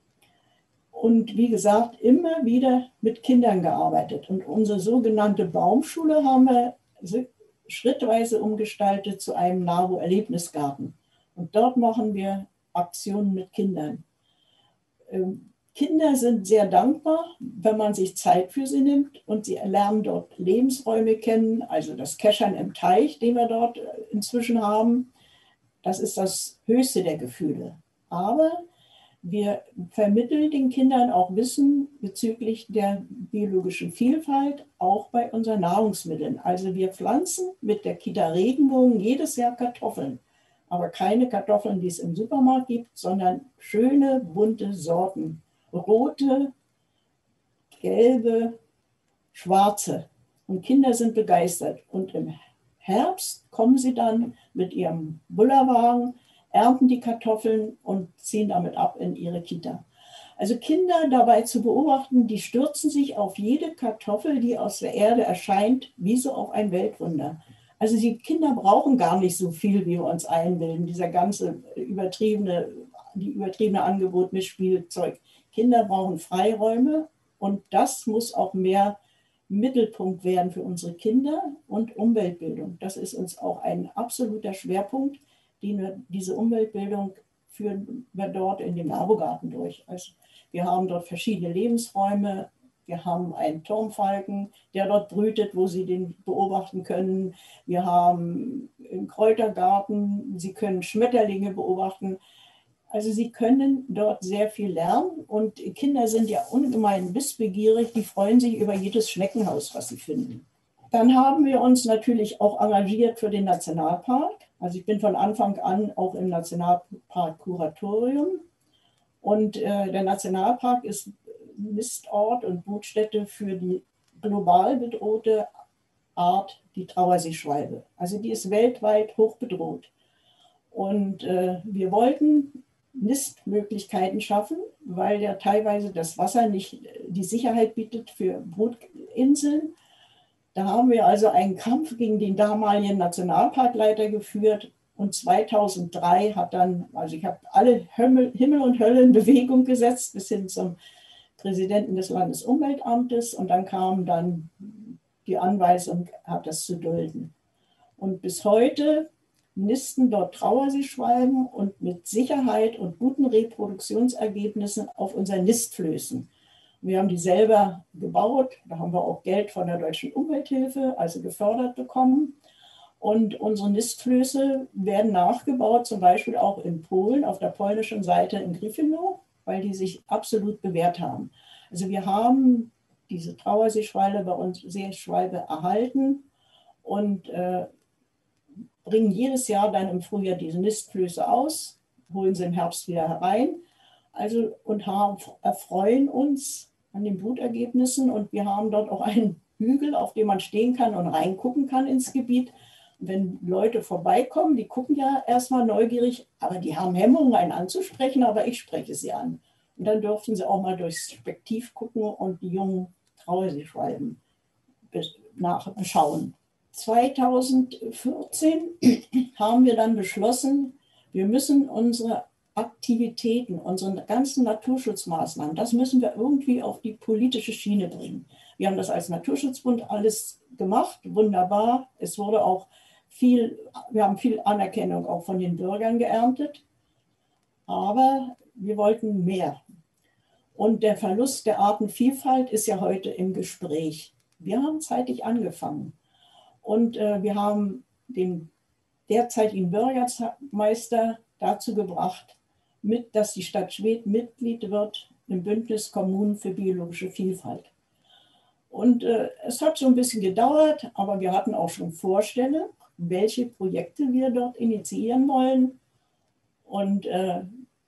Und wie gesagt, immer wieder mit Kindern gearbeitet. Und unsere sogenannte Baumschule haben wir schrittweise umgestaltet zu einem NABU-Erlebnisgarten. Und dort machen wir Aktionen mit Kindern. Kinder sind sehr dankbar, wenn man sich Zeit für sie nimmt, und sie lernen dort Lebensräume kennen, also das Keschern im Teich, den wir dort inzwischen haben. Das ist das höchste der Gefühle. Aber wir vermitteln den Kindern auch Wissen bezüglich der biologischen Vielfalt, auch bei unseren Nahrungsmitteln. Also wir pflanzen mit der Kita Regenbogen jedes Jahr Kartoffeln. Aber keine Kartoffeln, die es im Supermarkt gibt, sondern schöne, bunte Sorten. Rote, gelbe, schwarze. Und Kinder sind begeistert. Und im Herbst kommen sie dann mit ihrem Bullerwagen, ernten die Kartoffeln und ziehen damit ab in ihre Kita. Also Kinder dabei zu beobachten, die stürzen sich auf jede Kartoffel, die aus der Erde erscheint, wie so auf ein Weltwunder. Also die Kinder brauchen gar nicht so viel, wie wir uns einbilden, dieser ganze übertriebene Angebot mit Spielzeug. Kinder brauchen Freiräume, und das muss auch mehr Mittelpunkt werden für unsere Kinder, und Umweltbildung. Das ist uns auch ein absoluter Schwerpunkt. Diese Umweltbildung führen wir dort in dem NABU-Garten durch. Also wir haben dort verschiedene Lebensräume. Wir haben einen Turmfalken, der dort brütet, wo Sie den beobachten können. Wir haben einen Kräutergarten. Sie können Schmetterlinge beobachten. Also Sie können dort sehr viel lernen. Und Kinder sind ja ungemein wissbegierig. Die freuen sich über jedes Schneckenhaus, was sie finden. Dann haben wir uns natürlich auch engagiert für den Nationalpark. Also ich bin von Anfang an auch im Nationalpark-Kuratorium. Und der Nationalpark ist Nistort und Brutstätte für die global bedrohte Art, die Trauerseeschwalbe. Also die ist weltweit hoch bedroht. Und wir wollten Nistmöglichkeiten schaffen, weil ja teilweise das Wasser nicht die Sicherheit bietet für Brutinseln. Da haben wir also einen Kampf gegen den damaligen Nationalparkleiter geführt, und 2003 hat dann, also ich habe alle Himmel und Hölle in Bewegung gesetzt, bis hin zum Präsidenten des Landesumweltamtes, und dann kam dann die Anweisung, hat das zu dulden. Und bis heute nisten dort Trauerseeschwalben, und mit Sicherheit und guten Reproduktionsergebnissen auf unseren Nistflößen. Wir haben die selber gebaut, da haben wir auch Geld von der Deutschen Umwelthilfe, also gefördert bekommen. Und unsere Nistflöße werden nachgebaut, zum Beispiel auch in Polen, auf der polnischen Seite in Gryfino, weil die sich absolut bewährt haben. Also wir haben diese Trauerseeschwalbe bei uns Seeschwalbe erhalten und bringen jedes Jahr dann im Frühjahr diese Nistflöße aus, holen sie im Herbst wieder herein, also und erfreuen uns an den Brutergebnissen. Und wir haben dort auch einen Hügel, auf dem man stehen kann und reingucken kann ins Gebiet. Und wenn Leute vorbeikommen, die gucken ja erstmal neugierig, aber die haben Hemmungen, einen anzusprechen, aber ich spreche sie an. Und dann dürfen sie auch mal durchs Spektiv gucken und die jungen Trauerseeschwalben beschauen. 2014 haben wir dann beschlossen, wir müssen unsere Aktivitäten, unsere ganzen Naturschutzmaßnahmen, das müssen wir irgendwie auf die politische Schiene bringen. Wir haben das als Naturschutzbund alles gemacht, wunderbar. Es wurde auch wir haben viel Anerkennung auch von den Bürgern geerntet, aber wir wollten mehr. Und der Verlust der Artenvielfalt ist ja heute im Gespräch. Wir haben zeitig angefangen. Und wir haben den derzeitigen Bürgermeister dazu gebracht, dass die Stadt Schwedt Mitglied wird im Bündnis Kommunen für biologische Vielfalt. Und es hat so ein bisschen gedauert, aber wir hatten auch schon Vorstellungen, welche Projekte wir dort initiieren wollen. Und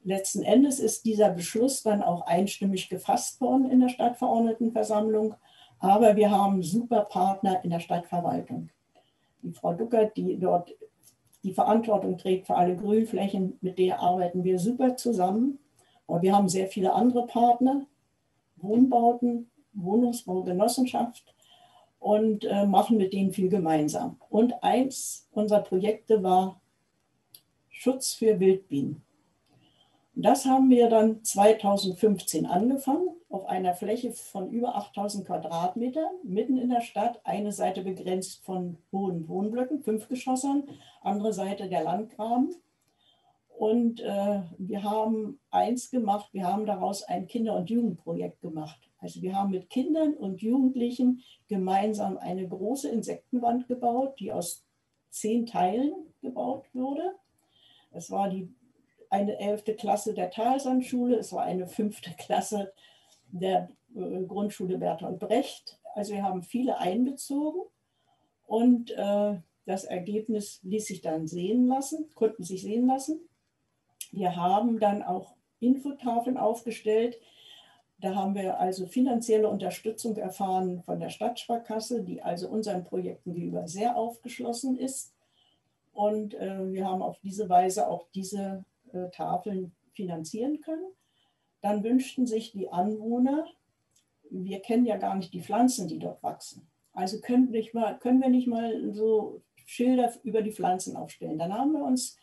letzten Endes ist dieser Beschluss dann auch einstimmig gefasst worden in der Stadtverordnetenversammlung. Aber wir haben super Partner in der Stadtverwaltung. Die Frau Duckert, die dort die Verantwortung trägt für alle Grünflächen, mit der arbeiten wir super zusammen. Aber wir haben sehr viele andere Partner, Wohnbauten, Wohnungsbaugenossenschaft und machen mit denen viel gemeinsam. Und eins unserer Projekte war Schutz für Wildbienen. Das haben wir dann 2015 angefangen, auf einer Fläche von über 8000 Quadratmetern, mitten in der Stadt, eine Seite begrenzt von hohen Wohnblöcken, 5-Geschossern, andere Seite der Landgraben. Und wir haben eins gemacht, wir haben daraus ein Kinder- und Jugendprojekt gemacht. Also wir haben mit Kindern und Jugendlichen gemeinsam eine große Insektenwand gebaut, die aus 10 Teilen gebaut wurde. Es war eine 11. Klasse der Talsandschule, es war eine 5. Klasse der Grundschule Bertolt Brecht. Also wir haben viele einbezogen und das Ergebnis konnten sich sehen lassen. Wir haben dann auch Infotafeln aufgestellt. Da haben wir also finanzielle Unterstützung erfahren von der Stadtsparkasse, die also unseren Projekten gegenüber sehr aufgeschlossen ist. Und wir haben auf diese Weise auch diese Tafeln finanzieren können. Dann wünschten sich die Anwohner, wir kennen ja gar nicht die Pflanzen, die dort wachsen. Also können wir nicht mal so Schilder über die Pflanzen aufstellen. Dann haben wir uns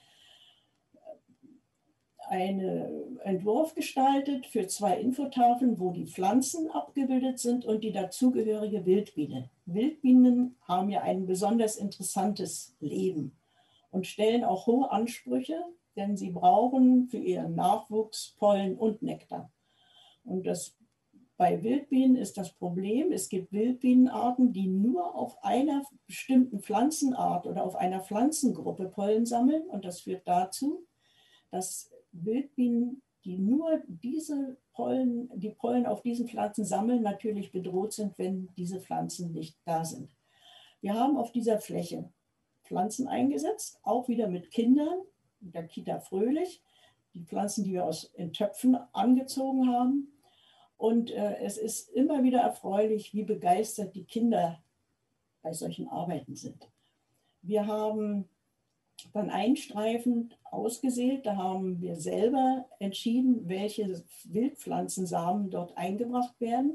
einen Entwurf gestaltet für 2 Infotafeln, wo die Pflanzen abgebildet sind und die dazugehörige Wildbiene. Wildbienen haben ja ein besonders interessantes Leben und stellen auch hohe Ansprüche, denn sie brauchen für ihren Nachwuchs Pollen und Nektar. Und bei Wildbienen ist das Problem, es gibt Wildbienenarten, die nur auf einer bestimmten Pflanzenart oder auf einer Pflanzengruppe Pollen sammeln. Und das führt dazu, dass Wildbienen, die nur die Pollen auf diesen Pflanzen sammeln, natürlich bedroht sind, wenn diese Pflanzen nicht da sind. Wir haben auf dieser Fläche Pflanzen eingesetzt, auch wieder mit Kindern, der Kita Fröhlich, die Pflanzen, die wir in Töpfen angezogen haben. Und es ist immer wieder erfreulich, wie begeistert die Kinder bei solchen Arbeiten sind. Wir haben dann einen Streifen ausgesät, da haben wir selber entschieden, welche Wildpflanzensamen dort eingebracht werden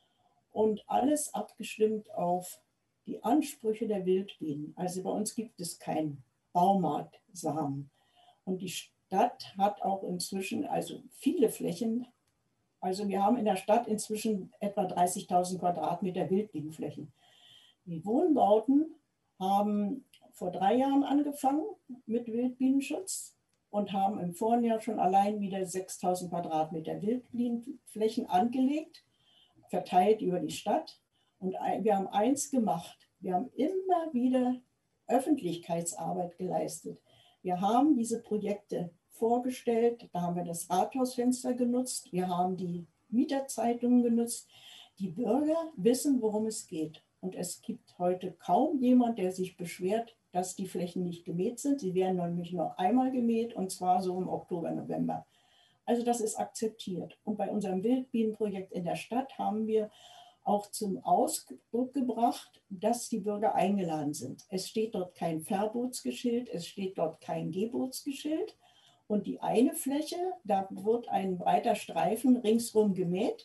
und alles abgestimmt auf die Ansprüche der Wildbienen. Also bei uns gibt es keinen Baumarktsamen. Und die Stadt hat auch inzwischen also viele Flächen. Also wir haben in der Stadt inzwischen etwa 30.000 Quadratmeter Wildbienenflächen. Die Wohnbauten haben vor 3 Jahren angefangen mit Wildbienenschutz und haben im vorigen Jahr schon allein wieder 6.000 Quadratmeter Wildbienenflächen angelegt, verteilt über die Stadt. Und wir haben eins gemacht, wir haben immer wieder Öffentlichkeitsarbeit geleistet. Wir haben diese Projekte vorgestellt, da haben wir das Rathausfenster genutzt, wir haben die Mieterzeitungen genutzt. Die Bürger wissen, worum es geht. Und es gibt heute kaum jemand, der sich beschwert, dass die Flächen nicht gemäht sind. Sie werden nämlich nur einmal gemäht und zwar so im Oktober, November. Also das ist akzeptiert. Und bei unserem Wildbienenprojekt in der Stadt haben wir auch zum Ausdruck gebracht, dass die Bürger eingeladen sind. Es steht dort kein Verbotsgeschild, es steht dort kein Gebotsgeschild. Und die eine Fläche, da wird ein breiter Streifen ringsrum gemäht.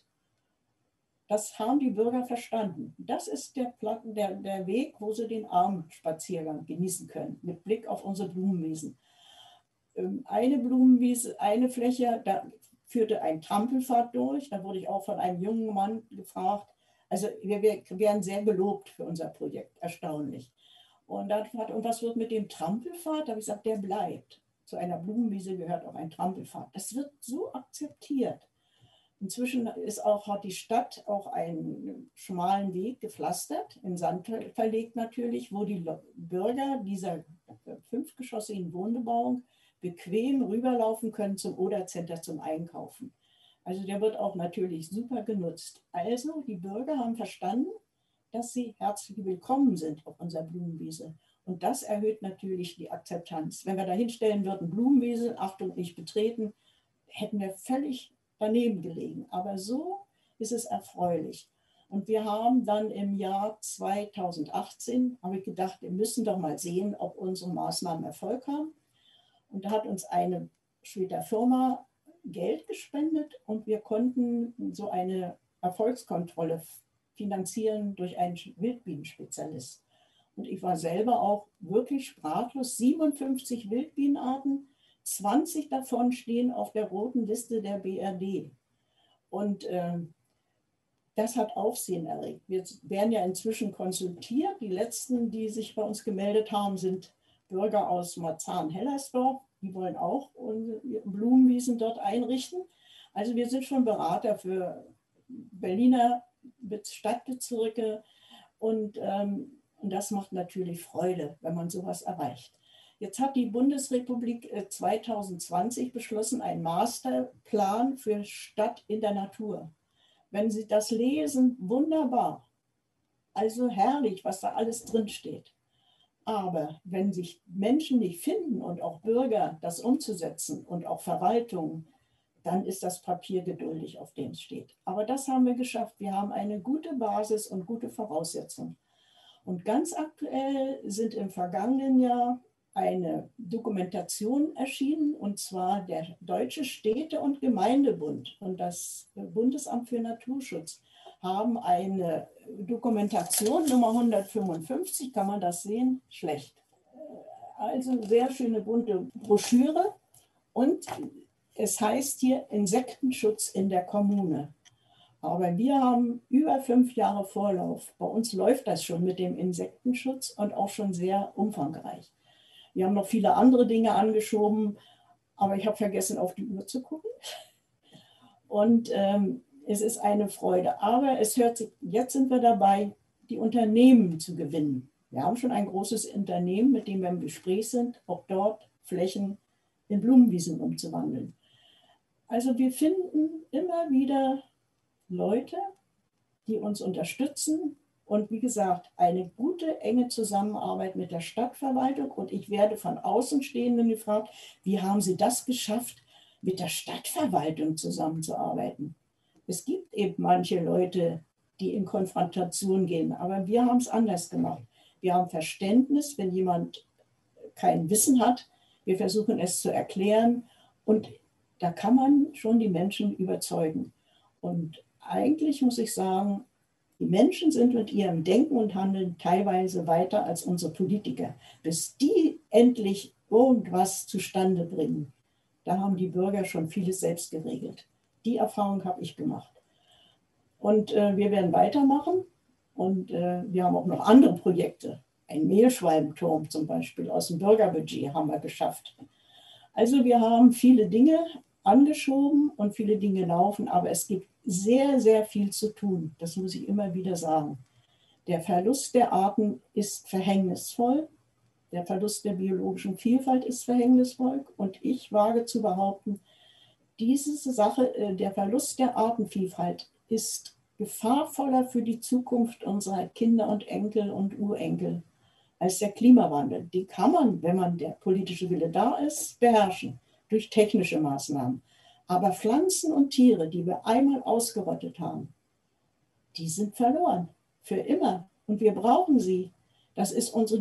Das haben die Bürger verstanden. Das ist der Weg, wo sie den Abendspaziergang genießen können, mit Blick auf unsere Blumenwiesen. Eine Blumenwiese, eine Fläche, da führte ein Trampelpfad durch. Da wurde ich auch von einem jungen Mann gefragt. Also wir werden sehr gelobt für unser Projekt, erstaunlich. Und dann fragt, und was wird mit dem Trampelpfad? Da habe ich gesagt, der bleibt. Zu einer Blumenwiese gehört auch ein Trampelpfad. Das wird so akzeptiert. Inzwischen hat die Stadt auch einen schmalen Weg gepflastert, in Sand verlegt natürlich, wo die Bürger dieser 5-geschossigen Wohnbebauung bequem rüberlaufen können zum Oder-Center zum Einkaufen. Also der wird auch natürlich super genutzt. Also die Bürger haben verstanden, dass sie herzlich willkommen sind auf unserer Blumenwiese. Und das erhöht natürlich die Akzeptanz. Wenn wir da hinstellen würden, Blumenwiese, Achtung, nicht betreten, hätten wir völlig daneben gelegen. Aber so ist es erfreulich. Und wir haben dann im Jahr 2018, habe ich gedacht, wir müssen doch mal sehen, ob unsere Maßnahmen Erfolg haben. Und da hat uns eine Schweder Firma Geld gespendet und wir konnten so eine Erfolgskontrolle finanzieren durch einen Wildbienenspezialist. Und ich war selber auch wirklich sprachlos. 57 Wildbienenarten, 20 davon stehen auf der roten Liste der BRD. Und das hat Aufsehen erregt. Wir werden ja inzwischen konsultiert. Die letzten, die sich bei uns gemeldet haben, sind Bürger aus Marzahn-Hellersdorf. Die wollen auch Blumenwiesen dort einrichten. Also wir sind schon Berater für Berliner Stadtbezirke und das macht natürlich Freude, wenn man sowas erreicht. Jetzt hat die Bundesrepublik 2020 beschlossen, einen Masterplan für Stadt in der Natur. Wenn Sie das lesen, wunderbar. Also herrlich, was da alles drinsteht. Aber wenn sich Menschen nicht finden und auch Bürger, das umzusetzen und auch Verwaltungen, dann ist das Papier geduldig, auf dem es steht. Aber das haben wir geschafft. Wir haben eine gute Basis und gute Voraussetzungen. Und ganz aktuell sind im vergangenen Jahr eine Dokumentation erschienen, und zwar der Deutsche Städte- und Gemeindebund und das Bundesamt für Naturschutz haben eine Dokumentation, Nummer 155, kann man das sehen? Schlecht. Also sehr schöne bunte Broschüre und es heißt hier Insektenschutz in der Kommune. Aber wir haben über 5 Jahre Vorlauf. Bei uns läuft das schon mit dem Insektenschutz und auch schon sehr umfangreich. Wir haben noch viele andere Dinge angeschoben, aber ich habe vergessen, auf die Uhr zu gucken. Und es ist eine Freude. Aber es hört sich, jetzt sind wir dabei, die Unternehmen zu gewinnen. Wir haben schon ein großes Unternehmen, mit dem wir im Gespräch sind, auch dort Flächen in Blumenwiesen umzuwandeln. Also wir finden immer wieder Leute, die uns unterstützen und wie gesagt, eine gute, enge Zusammenarbeit mit der Stadtverwaltung. Und ich werde von Außenstehenden gefragt, wie haben Sie das geschafft, mit der Stadtverwaltung zusammenzuarbeiten? Es gibt eben manche Leute, die in Konfrontation gehen, aber wir haben es anders gemacht. Wir haben Verständnis, wenn jemand kein Wissen hat. Wir versuchen es zu erklären und da kann man schon die Menschen überzeugen. Und eigentlich muss ich sagen, die Menschen sind mit ihrem Denken und Handeln teilweise weiter als unsere Politiker. Bis die endlich irgendwas zustande bringen, da haben die Bürger schon vieles selbst geregelt. Die Erfahrung habe ich gemacht. Und wir werden weitermachen und wir haben auch noch andere Projekte. Ein Mehlschwalbenturm zum Beispiel aus dem Bürgerbudget haben wir geschafft. Also wir haben viele Dinge angeschoben und viele Dinge laufen, aber es gibt sehr, sehr viel zu tun. Das muss ich immer wieder sagen. Der Verlust der Arten ist verhängnisvoll. Der Verlust der biologischen Vielfalt ist verhängnisvoll. Und ich wage zu behaupten, diese Sache, der Verlust der Artenvielfalt ist gefahrvoller für die Zukunft unserer Kinder und Enkel und Urenkel als der Klimawandel. Die kann man, wenn man der politische Wille da ist, beherrschen durch technische Maßnahmen. Aber Pflanzen und Tiere, die wir einmal ausgerottet haben, die sind verloren, für immer. Und wir brauchen sie. Das ist unsere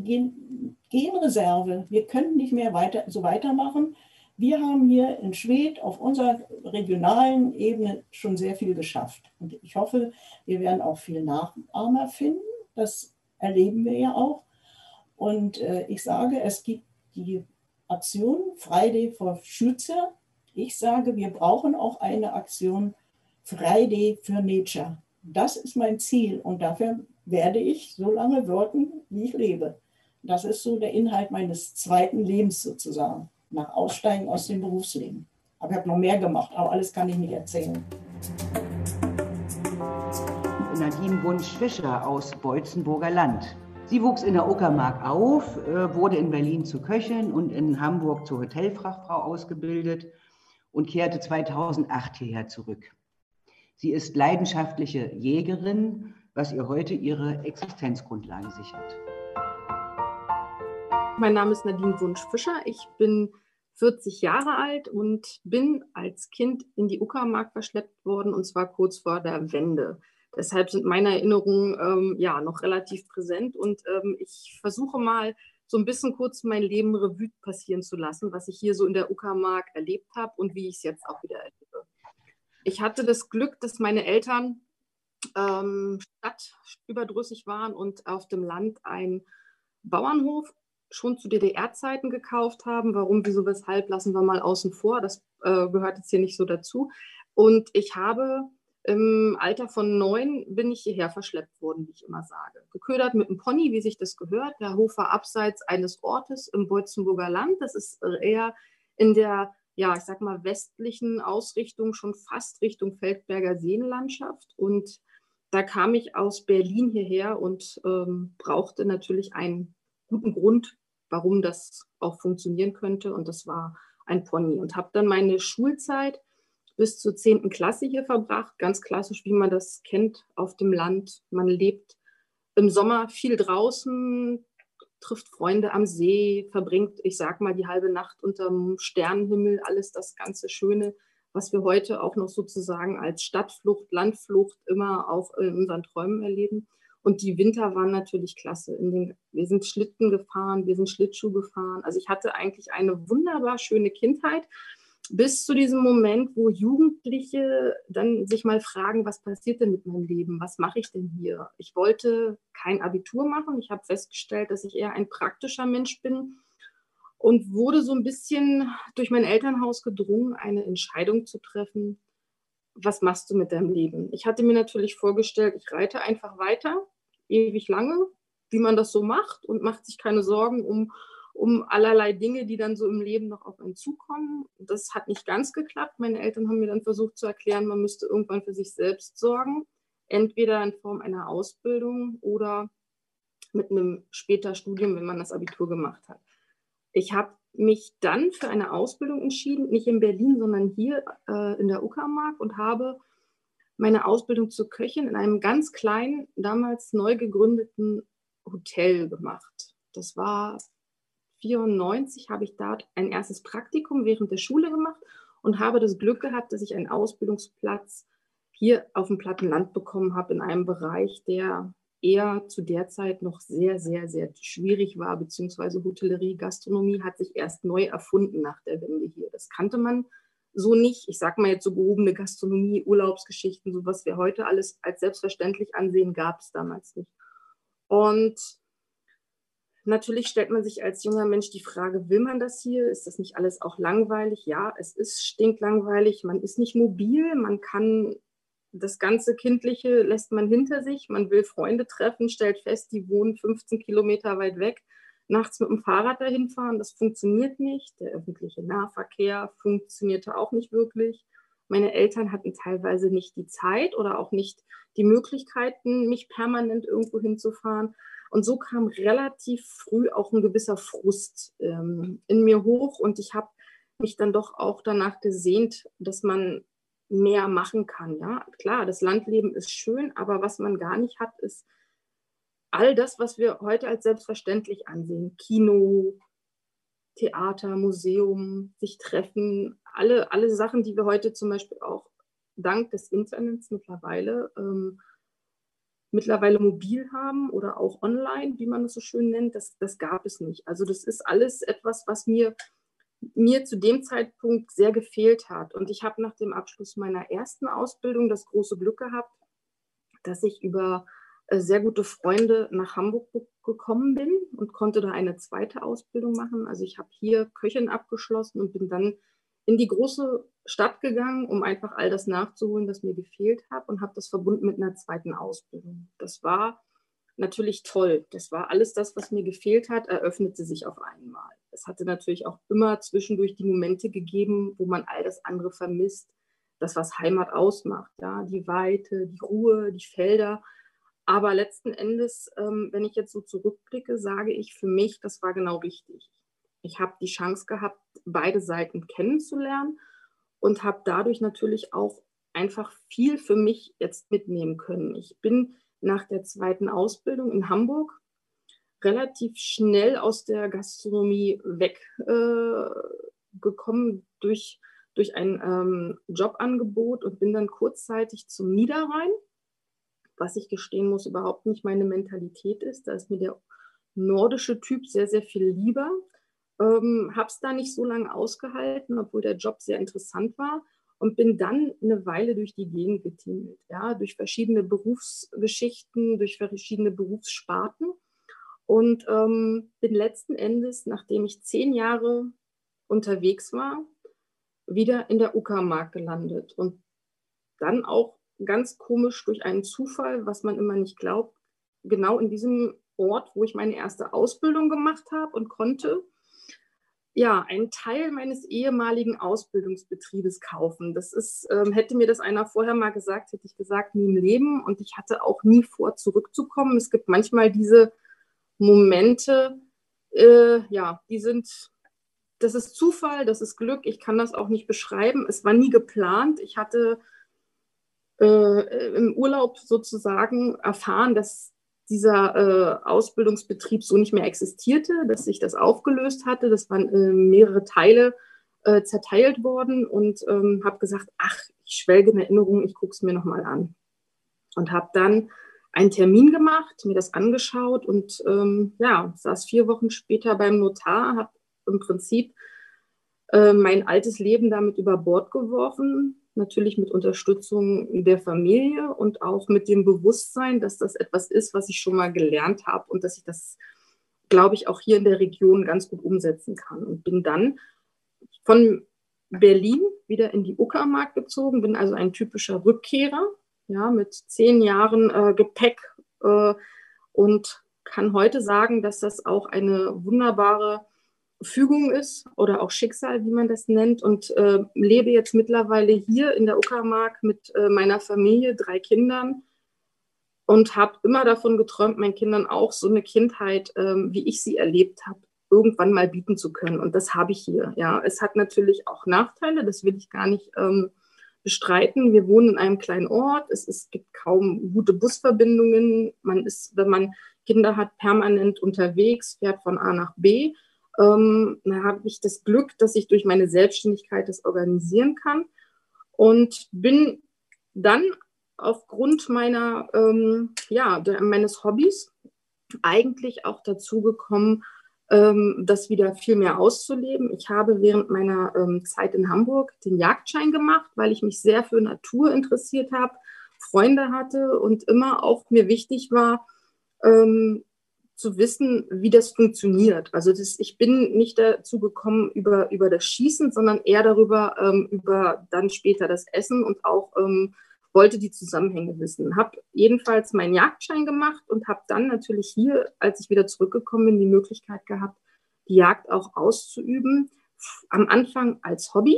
Genreserve. Wir können nicht mehr so weitermachen. Wir haben hier in Schwedt auf unserer regionalen Ebene schon sehr viel geschafft. Und ich hoffe, wir werden auch viel Nachahmer finden. Das erleben wir ja auch. Und ich sage, es gibt die Aktion Friday for Future. Ich sage, wir brauchen auch eine Aktion Friday for Nature. Das ist mein Ziel und dafür werde ich so lange wirken, wie ich lebe. Das ist so der Inhalt meines zweiten Lebens sozusagen, nach Aussteigen aus dem Berufsleben. Aber ich habe noch mehr gemacht, aber alles kann ich nicht erzählen. Nadine Wunsch-Fischer aus Beutzenburger Land. Sie wuchs in der Uckermark auf, wurde in Berlin zur Köchin und in Hamburg zur Hotelfachfrau ausgebildet und kehrte 2008 hierher zurück. Sie ist leidenschaftliche Jägerin, was ihr heute ihre Existenzgrundlage sichert. Mein Name ist Nadine Wunsch-Fischer. Ich bin 40 Jahre alt und bin als Kind in die Uckermark verschleppt worden, und zwar kurz vor der Wende. Deshalb sind meine Erinnerungen noch relativ präsent, und ich versuche mal so ein bisschen kurz mein Leben Revue passieren zu lassen, was ich hier so in der Uckermark erlebt habe und wie ich es jetzt auch wieder erlebe. Ich hatte das Glück, dass meine Eltern stadtüberdrüssig waren und auf dem Land einen Bauernhof schon zu DDR-Zeiten gekauft haben. Warum, wieso, weshalb, lassen wir mal außen vor. Das gehört jetzt hier nicht so dazu. Und ich habe im Alter von 9 bin ich hierher verschleppt worden, wie ich immer sage. Geködert mit einem Pony, wie sich das gehört. Der Hof war abseits eines Ortes im Beutzenburger Land. Das ist eher in der, ich sag mal, westlichen Ausrichtung, schon fast Richtung Feldberger Seenlandschaft. Und da kam ich aus Berlin hierher und brauchte natürlich einen guten Grund, warum das auch funktionieren könnte. Und das war ein Pony. Und habe dann meine Schulzeit bis zur 10. Klasse hier verbracht. Ganz klassisch, wie man das kennt auf dem Land. Man lebt im Sommer viel draußen, trifft Freunde am See, verbringt, ich sag mal, die halbe Nacht unterm Sternenhimmel. Alles das ganze Schöne, was wir heute auch noch sozusagen als Stadtflucht, Landflucht immer auch in unseren Träumen erleben. Und die Winter waren natürlich klasse. Wir sind Schlitten gefahren, wir sind Schlittschuh gefahren. Also ich hatte eigentlich eine wunderbar schöne Kindheit, bis zu diesem Moment, wo Jugendliche dann sich mal fragen, was passiert denn mit meinem Leben? Was mache ich denn hier? Ich wollte kein Abitur machen. Ich habe festgestellt, dass ich eher ein praktischer Mensch bin und wurde so ein bisschen durch mein Elternhaus gedrungen, eine Entscheidung zu treffen. Was machst du mit deinem Leben? Ich hatte mir natürlich vorgestellt, ich reite einfach weiter, ewig lange, wie man das so macht, und macht sich keine Sorgen um allerlei Dinge, die dann so im Leben noch auf einen zukommen. Das hat nicht ganz geklappt. Meine Eltern haben mir dann versucht zu erklären, man müsste irgendwann für sich selbst sorgen, entweder in Form einer Ausbildung oder mit einem später Studium, wenn man das Abitur gemacht hat. Ich habe mich dann für eine Ausbildung entschieden, nicht in Berlin, sondern hier in der Uckermark, und habe meine Ausbildung zur Köchin in einem ganz kleinen, damals neu gegründeten Hotel gemacht. Das war 1994, habe ich dort ein erstes Praktikum während der Schule gemacht und habe das Glück gehabt, dass ich einen Ausbildungsplatz hier auf dem platten Land bekommen habe, in einem Bereich, der eher zu der Zeit noch sehr, sehr, sehr schwierig war, beziehungsweise Hotellerie, Gastronomie hat sich erst neu erfunden nach der Wende hier. Das kannte man so nicht. Ich sage mal jetzt so gehobene Gastronomie, Urlaubsgeschichten, so was wir heute alles als selbstverständlich ansehen, gab es damals nicht. Und natürlich stellt man sich als junger Mensch die Frage, will man das hier? Ist das nicht alles auch langweilig? Ja, es ist stinklangweilig. Man ist nicht mobil. Man kann das ganze Kindliche lässt man hinter sich. Man will Freunde treffen, stellt fest, die wohnen 15 Kilometer weit weg. Nachts mit dem Fahrrad dahin fahren, das funktioniert nicht. Der öffentliche Nahverkehr funktionierte auch nicht wirklich. Meine Eltern hatten teilweise nicht die Zeit oder auch nicht die Möglichkeiten, mich permanent irgendwo hinzufahren. Und so kam relativ früh auch ein gewisser Frust in mir hoch. Und ich habe mich dann doch auch danach gesehnt, dass man mehr machen kann. Ja, klar, das Landleben ist schön, aber was man gar nicht hat, ist all das, was wir heute als selbstverständlich ansehen. Kino, Theater, Museum, sich treffen, alle Sachen, die wir heute zum Beispiel auch dank des Internets mittlerweile mobil haben oder auch online, wie man das so schön nennt, das gab es nicht. Also das ist alles etwas, was mir zu dem Zeitpunkt sehr gefehlt hat. Und ich habe nach dem Abschluss meiner ersten Ausbildung das große Glück gehabt, dass ich über sehr gute Freunde nach Hamburg gekommen bin und konnte da eine zweite Ausbildung machen. Also ich habe hier Köchin abgeschlossen und bin dann in die große Stadt gegangen, um einfach all das nachzuholen, was mir gefehlt hat, und habe das verbunden mit einer zweiten Ausbildung. Das war natürlich toll. Das war alles das, was mir gefehlt hat, eröffnete sich auf einmal. Es hatte natürlich auch immer zwischendurch die Momente gegeben, wo man all das andere vermisst, das, was Heimat ausmacht. Ja? Die Weite, die Ruhe, die Felder. Aber letzten Endes, wenn ich jetzt so zurückblicke, sage ich für mich, das war genau richtig. Ich habe die Chance gehabt, beide Seiten kennenzulernen und habe dadurch natürlich auch einfach viel für mich jetzt mitnehmen können. Ich bin nach der zweiten Ausbildung in Hamburg relativ schnell aus der Gastronomie gekommen durch ein Jobangebot und bin dann kurzzeitig zum Niederrhein, was ich gestehen muss, überhaupt nicht meine Mentalität ist. Da ist mir der nordische Typ sehr, sehr viel lieber. Habe es da nicht so lange ausgehalten, obwohl der Job sehr interessant war und bin dann eine Weile durch die Gegend getingelt, ja, durch verschiedene Berufsgeschichten, durch verschiedene Berufssparten und bin letzten Endes, nachdem ich 10 Jahre unterwegs war, wieder in der Uckermark gelandet und dann auch ganz komisch durch einen Zufall, was man immer nicht glaubt, genau in diesem Ort, wo ich meine erste Ausbildung gemacht habe und konnte, ja, einen Teil meines ehemaligen Ausbildungsbetriebes kaufen. Das ist, hätte mir das einer vorher mal gesagt, hätte ich gesagt, nie im Leben. Und ich hatte auch nie vor, zurückzukommen. Es gibt manchmal diese Momente, ja, das ist Zufall, das ist Glück. Ich kann das auch nicht beschreiben. Es war nie geplant. Ich hatte im Urlaub sozusagen erfahren, dass dieser Ausbildungsbetrieb so nicht mehr existierte, dass sich das aufgelöst hatte. Das waren mehrere Teile zerteilt worden und habe gesagt, ach, ich schwelge in Erinnerung, ich gucke es mir nochmal an. Und habe dann einen Termin gemacht, mir das angeschaut und ja, saß 4 Wochen später beim Notar, habe im Prinzip mein altes Leben damit über Bord geworfen, natürlich mit Unterstützung der Familie und auch mit dem Bewusstsein, dass das etwas ist, was ich schon mal gelernt habe und dass ich das, glaube ich, auch hier in der Region ganz gut umsetzen kann. Und bin dann von Berlin wieder in die Uckermark gezogen, bin also ein typischer Rückkehrer, ja, mit 10 Jahren Gepäck und kann heute sagen, dass das auch eine wunderbare Fügung ist oder auch Schicksal, wie man das nennt, und lebe jetzt mittlerweile hier in der Uckermark mit meiner Familie, 3 Kindern und habe immer davon geträumt, meinen Kindern auch so eine Kindheit, wie ich sie erlebt habe, irgendwann mal bieten zu können. Und das habe ich hier. Ja, es hat natürlich auch Nachteile, das will ich gar nicht bestreiten. Wir wohnen in einem kleinen Ort, es gibt kaum gute Busverbindungen. Man ist, wenn man Kinder hat, permanent unterwegs, fährt von A nach B. Da habe ich das Glück, dass ich durch meine Selbstständigkeit das organisieren kann und bin dann aufgrund meiner, meines Hobbys eigentlich auch dazu gekommen, das wieder viel mehr auszuleben. Ich habe während meiner Zeit in Hamburg den Jagdschein gemacht, weil ich mich sehr für Natur interessiert habe, Freunde hatte und immer auch mir wichtig war, zu wissen, wie das funktioniert. Also ich bin nicht dazu gekommen über das Schießen, sondern eher darüber, über dann später das Essen und auch wollte die Zusammenhänge wissen. Habe jedenfalls meinen Jagdschein gemacht und habe dann natürlich hier, als ich wieder zurückgekommen bin, die Möglichkeit gehabt, die Jagd auch auszuüben. Am Anfang als Hobby,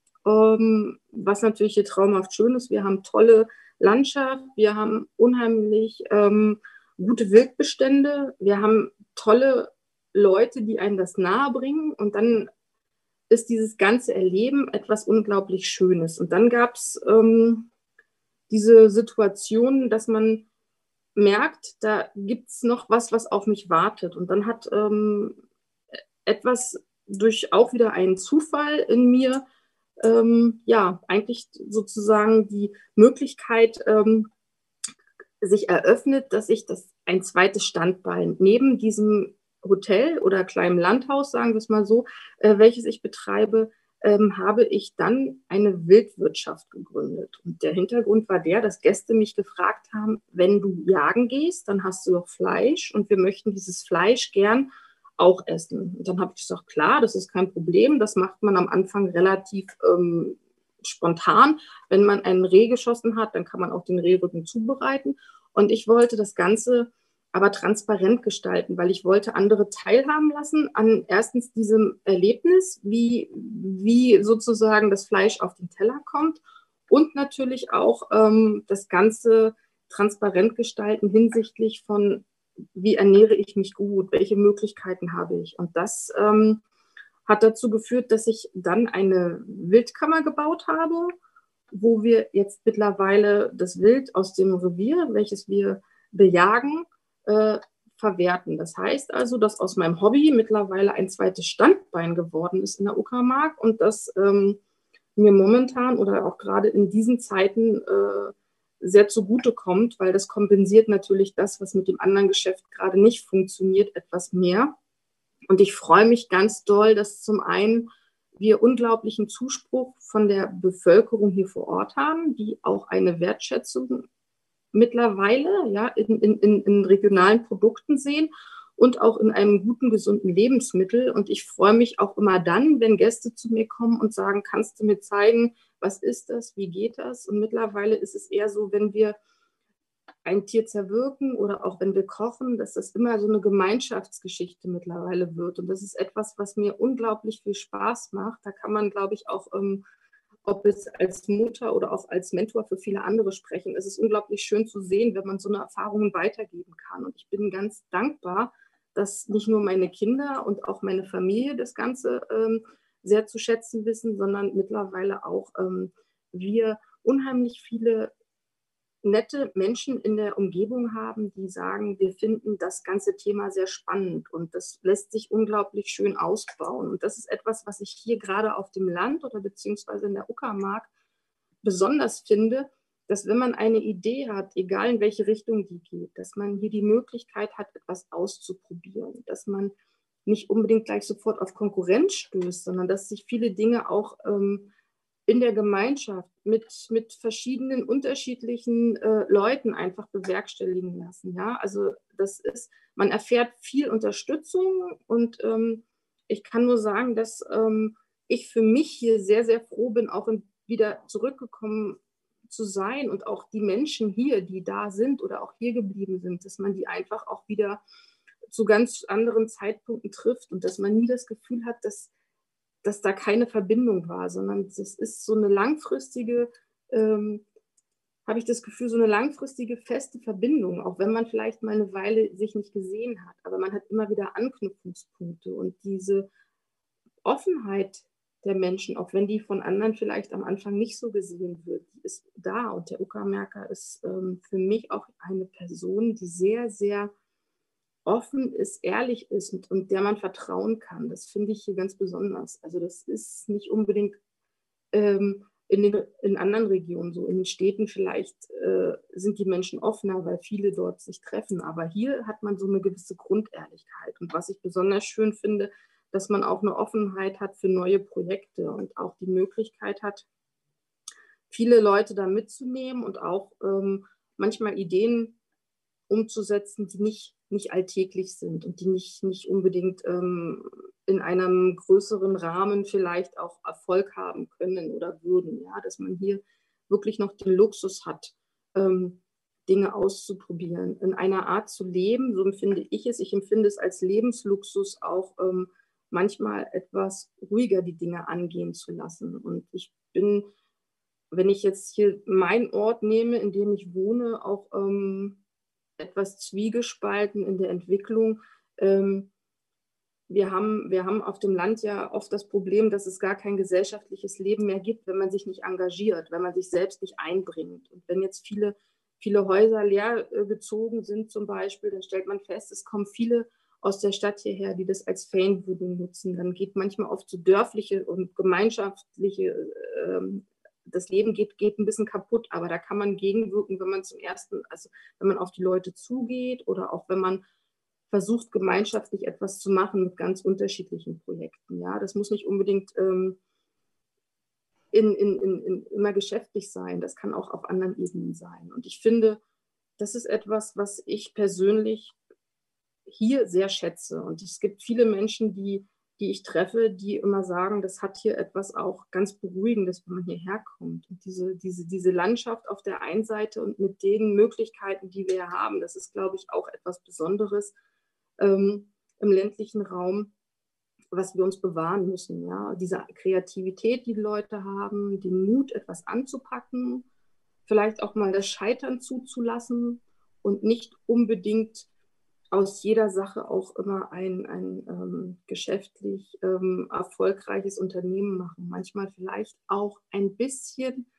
was natürlich hier traumhaft schön ist. Wir haben tolle Landschaft, wir haben unheimlich gute Wildbestände, wir haben tolle Leute, die einem das nahe bringen und dann ist dieses ganze Erleben etwas unglaublich Schönes. Und dann gab es diese Situation, dass man merkt, da gibt es noch was auf mich wartet. Und dann hat etwas durch auch wieder einen Zufall in mir, eigentlich sozusagen die Möglichkeit sich eröffnet, dass ich ein zweites Standbein neben diesem Hotel oder kleinem Landhaus, sagen wir es mal so, welches ich betreibe, habe ich dann eine Wildwirtschaft gegründet. Und der Hintergrund war der, dass Gäste mich gefragt haben, wenn du jagen gehst, dann hast du doch Fleisch und wir möchten dieses Fleisch gern auch essen. Und dann habe ich gesagt, klar, das ist kein Problem, das macht man am Anfang relativ spontan. Wenn man einen Reh geschossen hat, dann kann man auch den Rehrücken zubereiten. Und ich wollte das Ganze aber transparent gestalten, weil ich wollte andere teilhaben lassen an erstens diesem Erlebnis, wie sozusagen das Fleisch auf den Teller kommt und natürlich auch das Ganze transparent gestalten hinsichtlich von, wie ernähre ich mich gut, welche Möglichkeiten habe ich. Und das hat dazu geführt, dass ich dann eine Wildkammer gebaut habe, wo wir jetzt mittlerweile das Wild aus dem Revier, welches wir bejagen, verwerten. Das heißt also, dass aus meinem Hobby mittlerweile ein zweites Standbein geworden ist in der Uckermark und das mir momentan oder auch gerade in diesen Zeiten sehr zugutekommt, weil das kompensiert natürlich das, was mit dem anderen Geschäft gerade nicht funktioniert, etwas mehr. Und ich freue mich ganz doll, dass zum einen wir unglaublichen Zuspruch von der Bevölkerung hier vor Ort haben, die auch eine Wertschätzung mittlerweile in regionalen Produkten sehen und auch in einem guten, gesunden Lebensmittel. Und ich freue mich auch immer dann, wenn Gäste zu mir kommen und sagen, kannst du mir zeigen, was ist das, wie geht das? Und mittlerweile ist es eher so, wenn wir ein Tier zerwirken oder auch wenn wir kochen, dass das immer so eine Gemeinschaftsgeschichte mittlerweile wird. Und das ist etwas, was mir unglaublich viel Spaß macht. Da kann man, glaube ich, auch, ob es als Mutter oder auch als Mentor für viele andere sprechen. Es ist unglaublich schön zu sehen, wenn man so eine Erfahrung weitergeben kann. Und ich bin ganz dankbar, dass nicht nur meine Kinder und auch meine Familie das Ganze sehr zu schätzen wissen, sondern mittlerweile auch wir unheimlich viele nette Menschen in der Umgebung haben, die sagen, wir finden das ganze Thema sehr spannend und das lässt sich unglaublich schön ausbauen. Und das ist etwas, was ich hier gerade auf dem Land oder beziehungsweise in der Uckermark besonders finde, dass wenn man eine Idee hat, egal in welche Richtung die geht, dass man hier die Möglichkeit hat, etwas auszuprobieren, dass man nicht unbedingt gleich sofort auf Konkurrenz stößt, sondern dass sich viele Dinge auch in der Gemeinschaft mit verschiedenen unterschiedlichen Leuten einfach bewerkstelligen lassen. Ja? Also das ist, man erfährt viel Unterstützung und ich kann nur sagen, dass ich für mich hier sehr, sehr froh bin, auch wieder zurückgekommen zu sein und auch die Menschen hier, die da sind oder auch hier geblieben sind, dass man die einfach auch wieder zu ganz anderen Zeitpunkten trifft und dass man nie das Gefühl hat, dass da keine Verbindung war, sondern es ist so eine langfristige, habe ich das Gefühl, so eine langfristige, feste Verbindung, auch wenn man vielleicht mal eine Weile sich nicht gesehen hat, aber man hat immer wieder Anknüpfungspunkte und diese Offenheit der Menschen, auch wenn die von anderen vielleicht am Anfang nicht so gesehen wird, die ist da und der Uckermärker ist für mich auch eine Person, die sehr, sehr offen ist, ehrlich ist und der man vertrauen kann. Das finde ich hier ganz besonders. Also das ist nicht unbedingt in anderen Regionen so. In den Städten vielleicht sind die Menschen offener, weil viele dort sich treffen. Aber hier hat man so eine gewisse Grundehrlichkeit. Und was ich besonders schön finde, dass man auch eine Offenheit hat für neue Projekte und auch die Möglichkeit hat, viele Leute da mitzunehmen und auch manchmal Ideen umzusetzen, die nicht alltäglich sind und die nicht unbedingt in einem größeren Rahmen vielleicht auch Erfolg haben können oder würden. Ja? Dass man hier wirklich noch den Luxus hat, Dinge auszuprobieren, in einer Art zu leben, so empfinde ich es. Ich empfinde es als Lebensluxus auch manchmal etwas ruhiger die Dinge angehen zu lassen. Und ich bin, wenn ich jetzt hier meinen Ort nehme, in dem ich wohne, auch etwas zwiegespalten in der Entwicklung. Wir haben auf dem Land ja oft das Problem, dass es gar kein gesellschaftliches Leben mehr gibt, wenn man sich nicht engagiert, wenn man sich selbst nicht einbringt. Und wenn jetzt viele Häuser leer gezogen sind zum Beispiel, dann stellt man fest, es kommen viele aus der Stadt hierher, die das als Ferienwohnung nutzen. Dann geht manchmal oft so dörfliche und gemeinschaftliche das Leben geht ein bisschen kaputt, aber da kann man gegenwirken, wenn man wenn man auf die Leute zugeht oder auch wenn man versucht, gemeinschaftlich etwas zu machen mit ganz unterschiedlichen Projekten. Ja, das muss nicht unbedingt immer geschäftlich sein, das kann auch auf anderen Ebenen sein. Und ich finde, das ist etwas, was ich persönlich hier sehr schätze. Und es gibt viele Menschen, die ich treffe, die immer sagen, das hat hier etwas auch ganz Beruhigendes, wenn man hierher kommt. Und diese Landschaft auf der einen Seite und mit den Möglichkeiten, die wir haben, das ist, glaube ich, auch etwas Besonderes im ländlichen Raum, was wir uns bewahren müssen. Ja? Diese Kreativität, die Leute haben, den Mut, etwas anzupacken, vielleicht auch mal das Scheitern zuzulassen und nicht unbedingt aus jeder Sache auch immer ein geschäftlich erfolgreiches Unternehmen machen. Manchmal vielleicht auch ein bisschen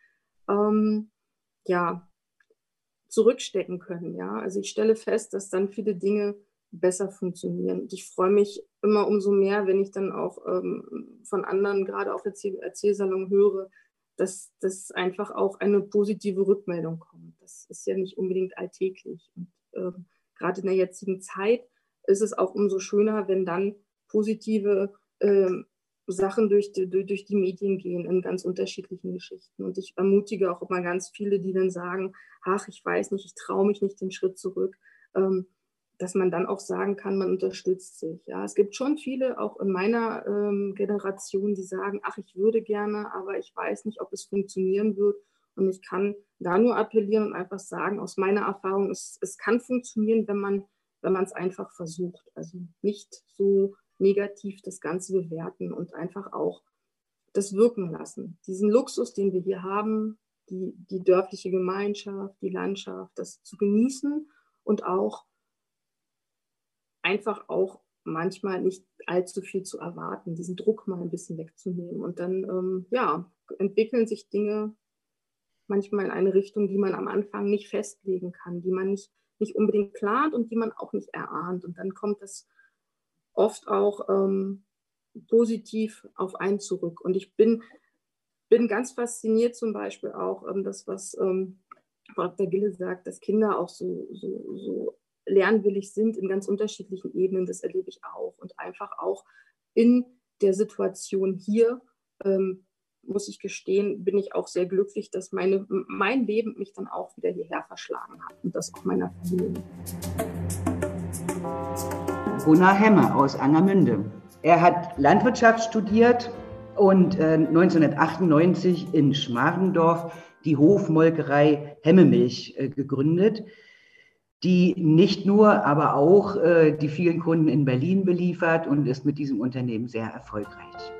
zurückstecken können. Ja? Also ich stelle fest, dass dann viele Dinge besser funktionieren. Und ich freue mich immer umso mehr, wenn ich dann auch von anderen, gerade auf Erzählsalon höre, dass einfach auch eine positive Rückmeldung kommt. Das ist ja nicht unbedingt alltäglich. Und gerade in der jetzigen Zeit ist es auch umso schöner, wenn dann positive Sachen durch die Medien gehen in ganz unterschiedlichen Geschichten. Und ich ermutige auch immer ganz viele, die dann sagen, ach, ich weiß nicht, ich traue mich nicht den Schritt zurück, dass man dann auch sagen kann, man unterstützt sich. Ja, es gibt schon viele, auch in meiner Generation, die sagen, ach, ich würde gerne, aber ich weiß nicht, ob es funktionieren wird. Und ich kann da nur appellieren und einfach sagen, aus meiner Erfahrung, es kann funktionieren, wenn man es einfach versucht. Also nicht so negativ das Ganze bewerten und einfach auch das wirken lassen. Diesen Luxus, den wir hier haben, die dörfliche Gemeinschaft, die Landschaft, das zu genießen und auch einfach auch manchmal nicht allzu viel zu erwarten, diesen Druck mal ein bisschen wegzunehmen. Und dann entwickeln sich Dinge manchmal in eine Richtung, die man am Anfang nicht festlegen kann, die man nicht unbedingt plant und die man auch nicht erahnt. Und dann kommt das oft auch positiv auf einen zurück. Und ich bin ganz fasziniert zum Beispiel auch, das, was Frau Dr. Gille sagt, dass Kinder auch so lernwillig sind in ganz unterschiedlichen Ebenen. Das erlebe ich auch. Und einfach auch in der Situation hier, muss ich gestehen, bin ich auch sehr glücklich, dass mein Leben mich dann auch wieder hierher verschlagen hat und das auch meiner Familie. Gunnar Hemme aus Angermünde. Er hat Landwirtschaft studiert und 1998 in Schmargendorf die Hofmolkerei Hemmemilch gegründet, die nicht nur, aber auch die vielen Kunden in Berlin beliefert und ist mit diesem Unternehmen sehr erfolgreich.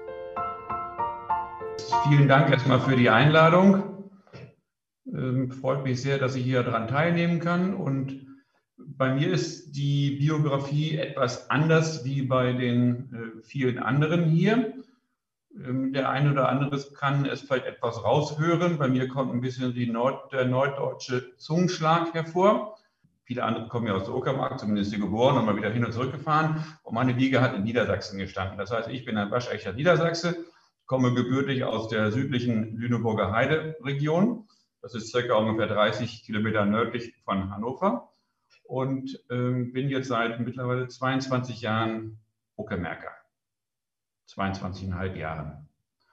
Vielen Dank erstmal für die Einladung. Freut mich sehr, dass ich hier daran teilnehmen kann. Und bei mir ist die Biografie etwas anders wie bei den vielen anderen hier. Der eine oder andere kann es vielleicht etwas raushören. Bei mir kommt ein bisschen der norddeutsche Zungenschlag hervor. Viele andere kommen ja aus der Uckermark, zumindest hier geboren und mal wieder hin und zurück gefahren. Und meine Wiege hat in Niedersachsen gestanden. Das heißt, ich bin ein waschechter Niedersachse, komme gebürtig aus der südlichen Lüneburger Heide-Region. Das ist circa ungefähr 30 Kilometer nördlich von Hannover. Und bin jetzt seit mittlerweile 22 Jahren Uckermärker. 22,5 Jahren.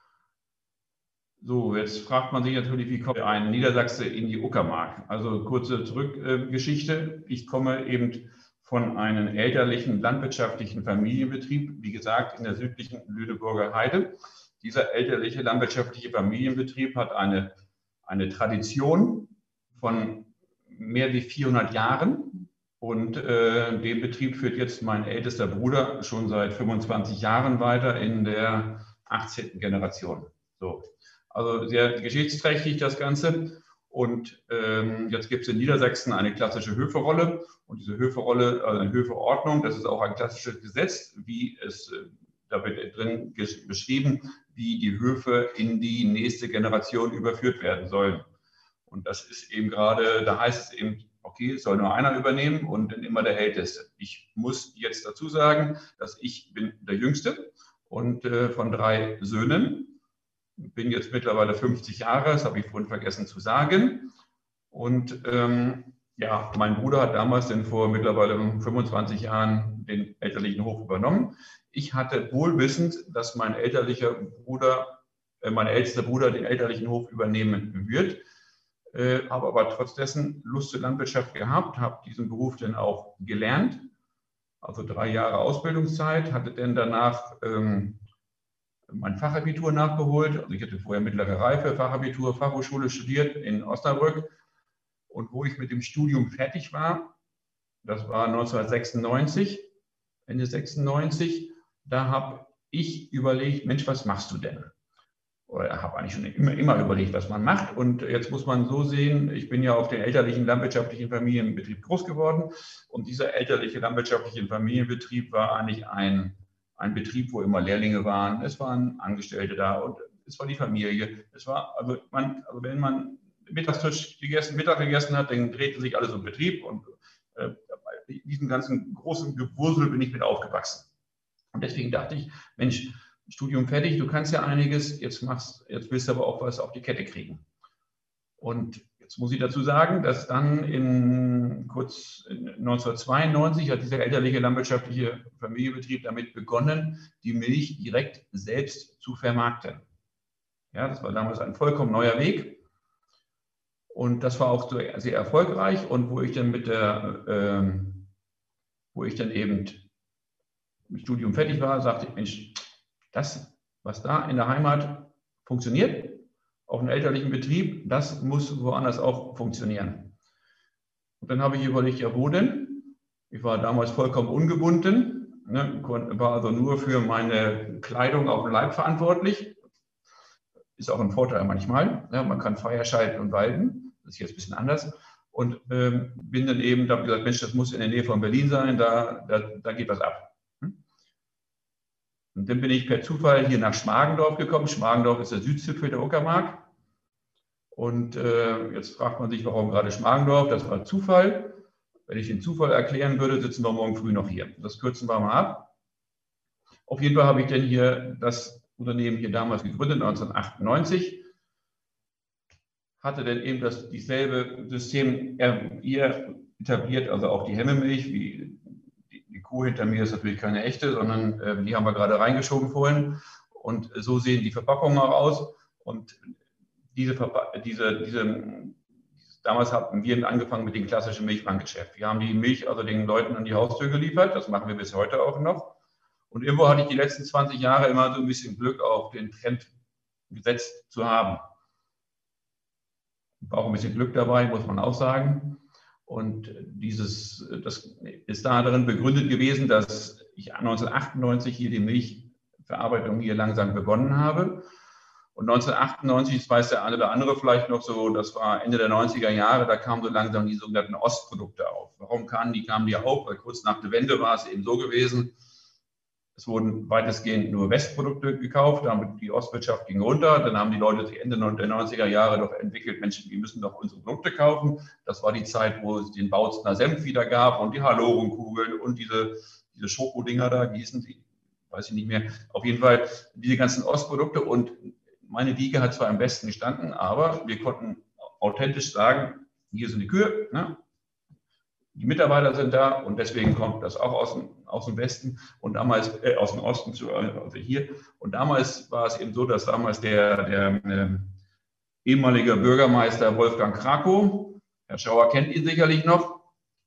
So, jetzt fragt man sich natürlich, wie kommt ein Niedersachse in die Uckermark? Also kurze Geschichte. Ich komme eben von einem elterlichen landwirtschaftlichen Familienbetrieb, wie gesagt, in der südlichen Lüneburger Heide. Dieser elterliche landwirtschaftliche Familienbetrieb hat eine Tradition von mehr wie 400 Jahren. Und den Betrieb führt jetzt mein ältester Bruder schon seit 25 Jahren weiter in der 18. Generation. So. Also sehr geschichtsträchtig das Ganze. Und jetzt gibt es in Niedersachsen eine klassische Höferrolle. Und diese Höferrolle, also eine Höferordnung, das ist auch ein klassisches Gesetz, wie es da wird drin beschrieben, wie die Höfe in die nächste Generation überführt werden sollen. Und das ist eben gerade, da heißt es eben, okay, es soll nur einer übernehmen und dann immer der Älteste. Ich muss jetzt dazu sagen, dass ich bin der Jüngste und von 3 Söhnen. Bin jetzt mittlerweile 50 Jahre, das habe ich vorhin vergessen zu sagen. Und mein Bruder hat damals denn vor mittlerweile 25 Jahren den elterlichen Hof übernommen. Ich hatte wohlwissend, dass mein ältester Bruder den elterlichen Hof übernehmen wird. Habe aber trotz dessen Lust zur Landwirtschaft gehabt, habe diesen Beruf dann auch gelernt, also 3 Jahre Ausbildungszeit, hatte dann danach mein Fachabitur nachgeholt. Also ich hatte vorher mittlere Reife, Fachabitur, Fachhochschule studiert in Osnabrück. Und wo ich mit dem Studium fertig war, das war 1996, Ende 96, da habe ich überlegt, Mensch, was machst du denn? Oder habe eigentlich schon immer überlegt, was man macht. Und jetzt muss man so sehen, ich bin ja auf den elterlichen landwirtschaftlichen Familienbetrieb groß geworden. Und dieser elterliche landwirtschaftliche Familienbetrieb war eigentlich ein Betrieb, wo immer Lehrlinge waren. Es waren Angestellte da und es war die Familie. Es war, wenn man Mittag gegessen hat, dann drehte sich alles um Betrieb. Und diesem ganzen großen Gewursel bin ich mit aufgewachsen. Und deswegen dachte ich, Mensch, Studium fertig, du kannst ja einiges, jetzt willst du aber auch was auf die Kette kriegen. Und jetzt muss ich dazu sagen, dass dann in 1992 hat dieser elterliche landwirtschaftliche Familienbetrieb damit begonnen, die Milch direkt selbst zu vermarkten. Ja, das war damals ein vollkommen neuer Weg. Und das war auch sehr erfolgreich. Und wo ich dann eben mit Studium fertig war, sagte ich, Mensch, das, was da in der Heimat funktioniert, auf einem elterlichen Betrieb, das muss woanders auch funktionieren. Und dann habe ich überlegt, ja, wo denn? Ich war damals vollkommen ungebunden, ne, war also nur für meine Kleidung auf dem Leib verantwortlich. Ist auch ein Vorteil manchmal. Ne? Man kann Feuer schalten und walten. Das ist jetzt ein bisschen anders. Und bin dann eben, da habe ich gesagt, Mensch, das muss in der Nähe von Berlin sein, da geht was ab. Und dann bin ich per Zufall hier nach Schmargendorf gekommen. Schmargendorf ist der Südzipfel der Uckermark. Und jetzt fragt man sich, warum gerade Schmargendorf? Das war Zufall. Wenn ich den Zufall erklären würde, sitzen wir morgen früh noch hier. Das kürzen wir mal ab. Auf jeden Fall habe ich dann hier das Unternehmen hier damals gegründet, 1998. Hatte dann eben dieselbe System hier etabliert, also auch die Hemmemilch, wie die Kuh hinter mir ist natürlich keine echte, sondern die haben wir gerade reingeschoben vorhin. Und so sehen die Verpackungen auch aus. Und damals haben wir angefangen mit dem klassischen Milchbankgeschäft. Wir haben die Milch also den Leuten an die Haustür geliefert. Das machen wir bis heute auch noch. Und irgendwo hatte ich die letzten 20 Jahre immer so ein bisschen Glück, auf den Trend gesetzt zu haben. War auch ein bisschen Glück dabei, muss man auch sagen. Und das ist darin begründet gewesen, dass ich 1998 hier die Milchverarbeitung hier langsam begonnen habe. Und 1998, das weiß der eine oder andere vielleicht noch so, das war Ende der 90er Jahre, da kamen so langsam die sogenannten Ostprodukte auf. Warum kamen die auf? Weil kurz nach der Wende war es eben so gewesen, es wurden weitestgehend nur Westprodukte gekauft, damit die Ostwirtschaft ging runter. Dann haben die Leute sich Ende der 90er Jahre doch entwickelt, Menschen, wir müssen doch unsere Produkte kaufen. Das war die Zeit, wo es den Bautzener Senf wieder gab und die Halorenkugeln und diese Schokodinger da, wie hießen sie? Weiß ich nicht mehr. Auf jeden Fall diese ganzen Ostprodukte. Und meine Wiege hat zwar im Westen gestanden, aber wir konnten authentisch sagen, hier sind die Kühe, ne? Die Mitarbeiter sind da und deswegen kommt das auch aus dem Westen und damals aus dem Osten, also hier. Und damals war es eben so, dass damals der ehemalige Bürgermeister Wolfgang Krakow, Herr Schauer kennt ihn sicherlich noch,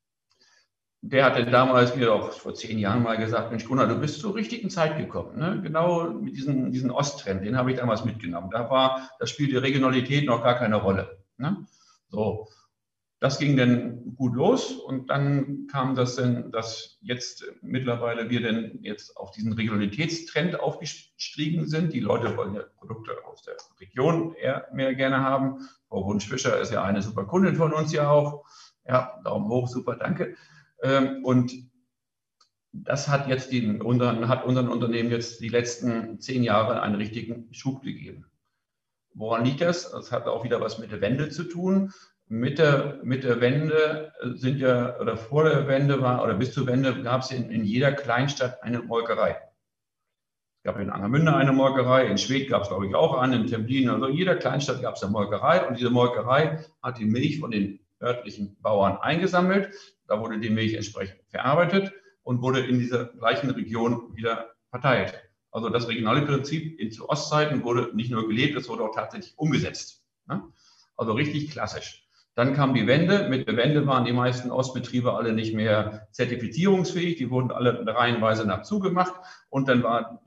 der hatte damals mir auch vor 10 Jahren mal gesagt, Mensch Gunnar, du bist zur richtigen Zeit gekommen. Ne? Genau mit diesen Osttrend, den habe ich damals mitgenommen. Da spielt die Regionalität noch gar keine Rolle. Ne? So. Das ging dann gut los und dann kam das dann, dass jetzt mittlerweile wir dann jetzt auf diesen Regionalitätstrend aufgestiegen sind. Die Leute wollen ja Produkte aus der Region eher mehr gerne haben. Frau Wunsch-Fischer ist ja eine super Kundin von uns ja auch. Ja, Daumen hoch, super, danke. Und das hat jetzt unseren Unternehmen jetzt die letzten 10 Jahre einen richtigen Schub gegeben. Woran liegt das? Das hat auch wieder was mit der Wende zu tun. Mit der Wende sind ja, oder vor der Wende war, oder bis zur Wende gab es in jeder Kleinstadt eine Molkerei. Es gab in Angermünde eine Molkerei, in Schwedt gab es, glaube ich, auch eine, in Templin. Also in jeder Kleinstadt gab es eine Molkerei und diese Molkerei hat die Milch von den örtlichen Bauern eingesammelt. Da wurde die Milch entsprechend verarbeitet und wurde in dieser gleichen Region wieder verteilt. Also das regionale Prinzip zu Ostzeiten wurde nicht nur gelebt, es wurde auch tatsächlich umgesetzt. Also richtig klassisch. Dann kam die Wende. Mit der Wende waren die meisten Ostbetriebe alle nicht mehr zertifizierungsfähig. Die wurden alle reihenweise nach zugemacht. Und dann war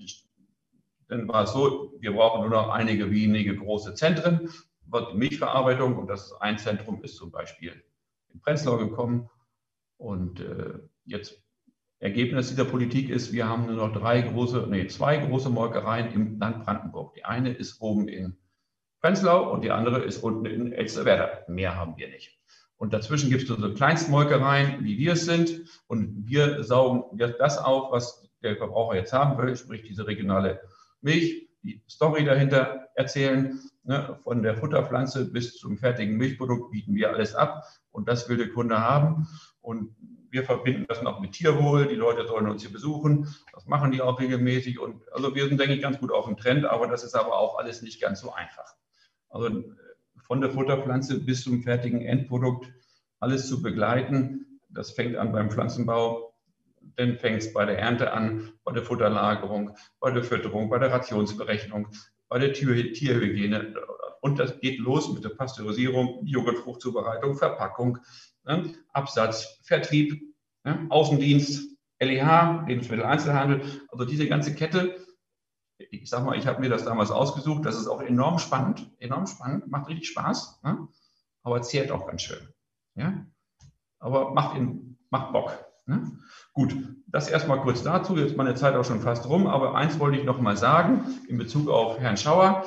es so, wir brauchen nur noch einige wenige große Zentren. Die Milchverarbeitung, und das ein Zentrum ist zum Beispiel in Prenzlau gekommen. Und jetzt Ergebnis dieser Politik ist, wir haben nur noch 2 große Molkereien im Land Brandenburg. Die eine ist oben in Prenzlau und die andere ist unten in Elsterwerda. Mehr haben wir nicht. Und dazwischen gibt es so Kleinstmolkereien, wie wir es sind. Und wir saugen das auf, was der Verbraucher jetzt haben will, sprich diese regionale Milch, die Story dahinter erzählen. Ne? Von der Futterpflanze bis zum fertigen Milchprodukt bieten wir alles ab. Und das will der Kunde haben. Und wir verbinden das noch mit Tierwohl. Die Leute sollen uns hier besuchen. Das machen die auch regelmäßig. Und also wir sind, denke ich, ganz gut auf dem Trend. Aber das ist aber auch alles nicht ganz so einfach. Also von der Futterpflanze bis zum fertigen Endprodukt alles zu begleiten. Das fängt an beim Pflanzenbau. Dann fängt es bei der Ernte an, bei der Futterlagerung, bei der Fütterung, bei der Rationsberechnung, bei der Tierhygiene. Und das geht los mit der Pasteurisierung, Joghurtfruchtzubereitung, Verpackung, Absatz, Vertrieb, Außendienst, LEH, Lebensmitteleinzelhandel. Also diese ganze Kette, ich sag mal, ich habe mir das damals ausgesucht. Das ist auch enorm spannend, macht richtig Spaß, aber zehrt auch ganz schön. Ja? Aber macht Bock. Ne? Gut, das erstmal kurz dazu. Jetzt ist meine Zeit auch schon fast rum, aber eins wollte ich noch mal sagen in Bezug auf Herrn Schauer.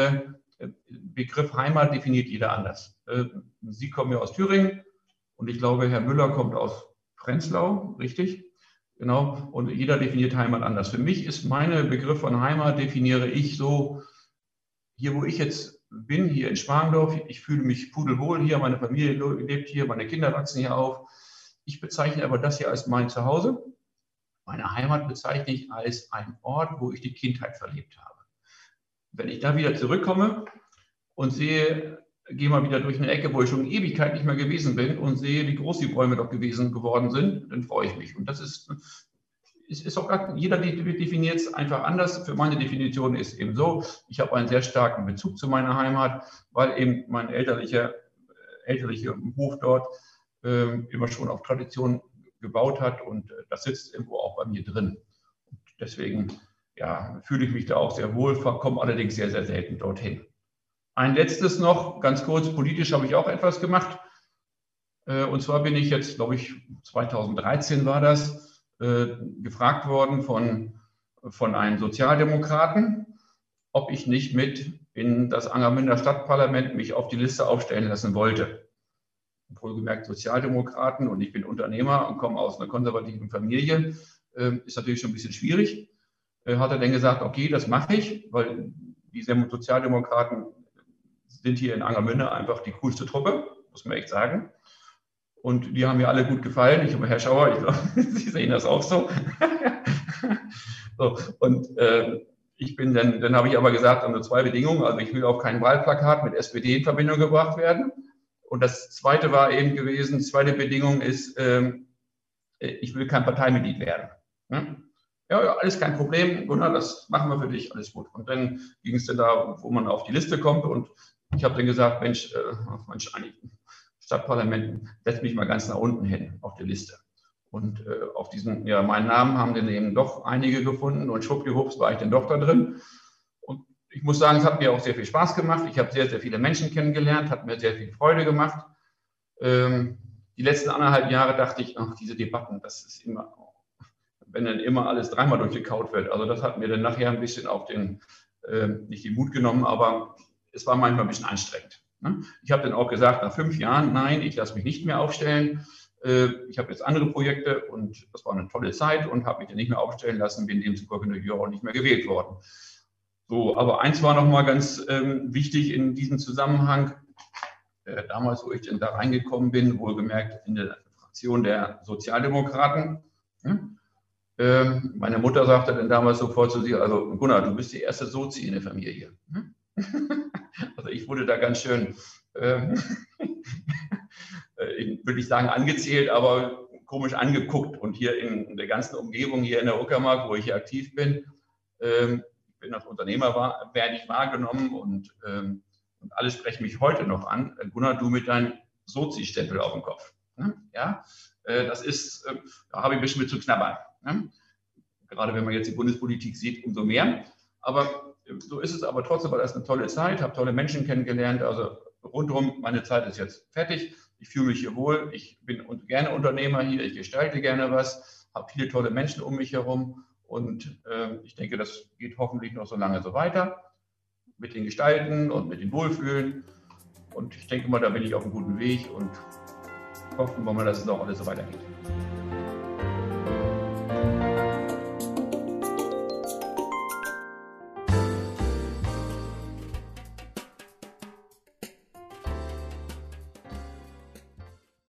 Begriff Heimat definiert jeder anders. Sie kommen ja aus Thüringen und ich glaube, Herr Müller kommt aus Prenzlau, richtig? Genau, und jeder definiert Heimat anders. Für mich ist mein Begriff von Heimat, definiere ich so, hier wo ich jetzt bin, hier in Schwangdorf, ich fühle mich pudelwohl hier, meine Familie lebt hier, meine Kinder wachsen hier auf. Ich bezeichne aber das hier als mein Zuhause. Meine Heimat bezeichne ich als einen Ort, wo ich die Kindheit verlebt habe. Wenn ich da wieder zurückkomme und sehe, gehe mal wieder durch eine Ecke, wo ich schon Ewigkeit nicht mehr gewesen bin und sehe, wie groß die Bäume doch geworden sind, dann freue ich mich. Und das ist auch gar, jeder definiert es einfach anders. Für meine Definition ist eben so, ich habe einen sehr starken Bezug zu meiner Heimat, weil eben mein elterlicher Hof dort immer schon auf Tradition gebaut hat und das sitzt irgendwo auch bei mir drin. Und deswegen fühle ich mich da auch sehr wohl, komme allerdings sehr, sehr selten dorthin. Ein letztes noch, ganz kurz, politisch habe ich auch etwas gemacht. Und zwar bin ich jetzt, glaube ich, 2013 war das, gefragt worden von einem Sozialdemokraten, ob ich nicht mit in das Angermünder Stadtparlament mich auf die Liste aufstellen lassen wollte. Wohlgemerkt Sozialdemokraten und ich bin Unternehmer und komme aus einer konservativen Familie, ist natürlich schon ein bisschen schwierig. Hat er dann gesagt, okay, das mache ich, weil die Sozialdemokraten sind hier in Angermünde einfach die coolste Truppe, muss man echt sagen. Und die haben mir alle gut gefallen. Ich habe Herr Schauer, ich glaube, Sie sehen das auch so. So und dann habe ich aber gesagt, nur zwei Bedingungen. Also ich will auf kein Wahlplakat mit SPD in Verbindung gebracht werden. Und das zweite war eben gewesen, die zweite Bedingung ist, ich will kein Parteimitglied werden. Ja, alles kein Problem, Gunnar, das machen wir für dich, alles gut. Und dann ging es dann da, wo man auf die Liste kommt und ich habe dann gesagt, Mensch, Stadtparlament, setz mich mal ganz nach unten hin auf die Liste. Und auf diesen, meinen Namen haben dann eben doch einige gefunden und schwuppdiwupps war ich dann doch da drin. Und ich muss sagen, es hat mir auch sehr viel Spaß gemacht. Ich habe sehr, sehr viele Menschen kennengelernt, hat mir sehr viel Freude gemacht. Die letzten 1,5 Jahre dachte ich, ach, diese Debatten, das ist immer, wenn dann immer alles dreimal durchgekaut wird. Also das hat mir dann nachher ein bisschen auf nicht den Mut genommen, aber es war manchmal ein bisschen anstrengend. Ne? Ich habe dann auch gesagt, nach 5 Jahren, nein, ich lasse mich nicht mehr aufstellen. Ich habe jetzt andere Projekte und das war eine tolle Zeit und habe mich dann nicht mehr aufstellen lassen, bin demzufolge natürlich auch nicht mehr gewählt worden. So, aber eins war noch mal ganz wichtig in diesem Zusammenhang. Damals, wo ich denn da reingekommen bin, wohlgemerkt in der Fraktion der Sozialdemokraten. Meine Mutter sagte dann damals sofort zu sie, also Gunnar, du bist die erste Sozi in der Familie. Also ich wurde da ganz schön, ich würde nicht sagen angezählt, aber komisch angeguckt. Und hier in der ganzen Umgebung, hier in der Uckermark, wo ich hier aktiv bin, ich bin als Unternehmer, werde ich wahrgenommen und alle sprechen mich heute noch an. Gunnar, du mit deinem Sozi-Stempel auf dem Kopf. Ja, das ist, da habe ich ein bisschen mit zu knabbern. Gerade wenn man jetzt die Bundespolitik sieht, umso mehr. Aber so ist es aber trotzdem, weil das eine tolle Zeit, habe tolle Menschen kennengelernt. Also rundherum, meine Zeit ist jetzt fertig. Ich fühle mich hier wohl. Ich bin gerne Unternehmer hier. Ich gestalte gerne was, habe viele tolle Menschen um mich herum. Und ich denke, das geht hoffentlich noch so lange so weiter mit den Gestalten und mit den Wohlfühlen. Und ich denke mal, da bin ich auf einem guten Weg und hoffen wir mal, dass es auch alles so weitergeht.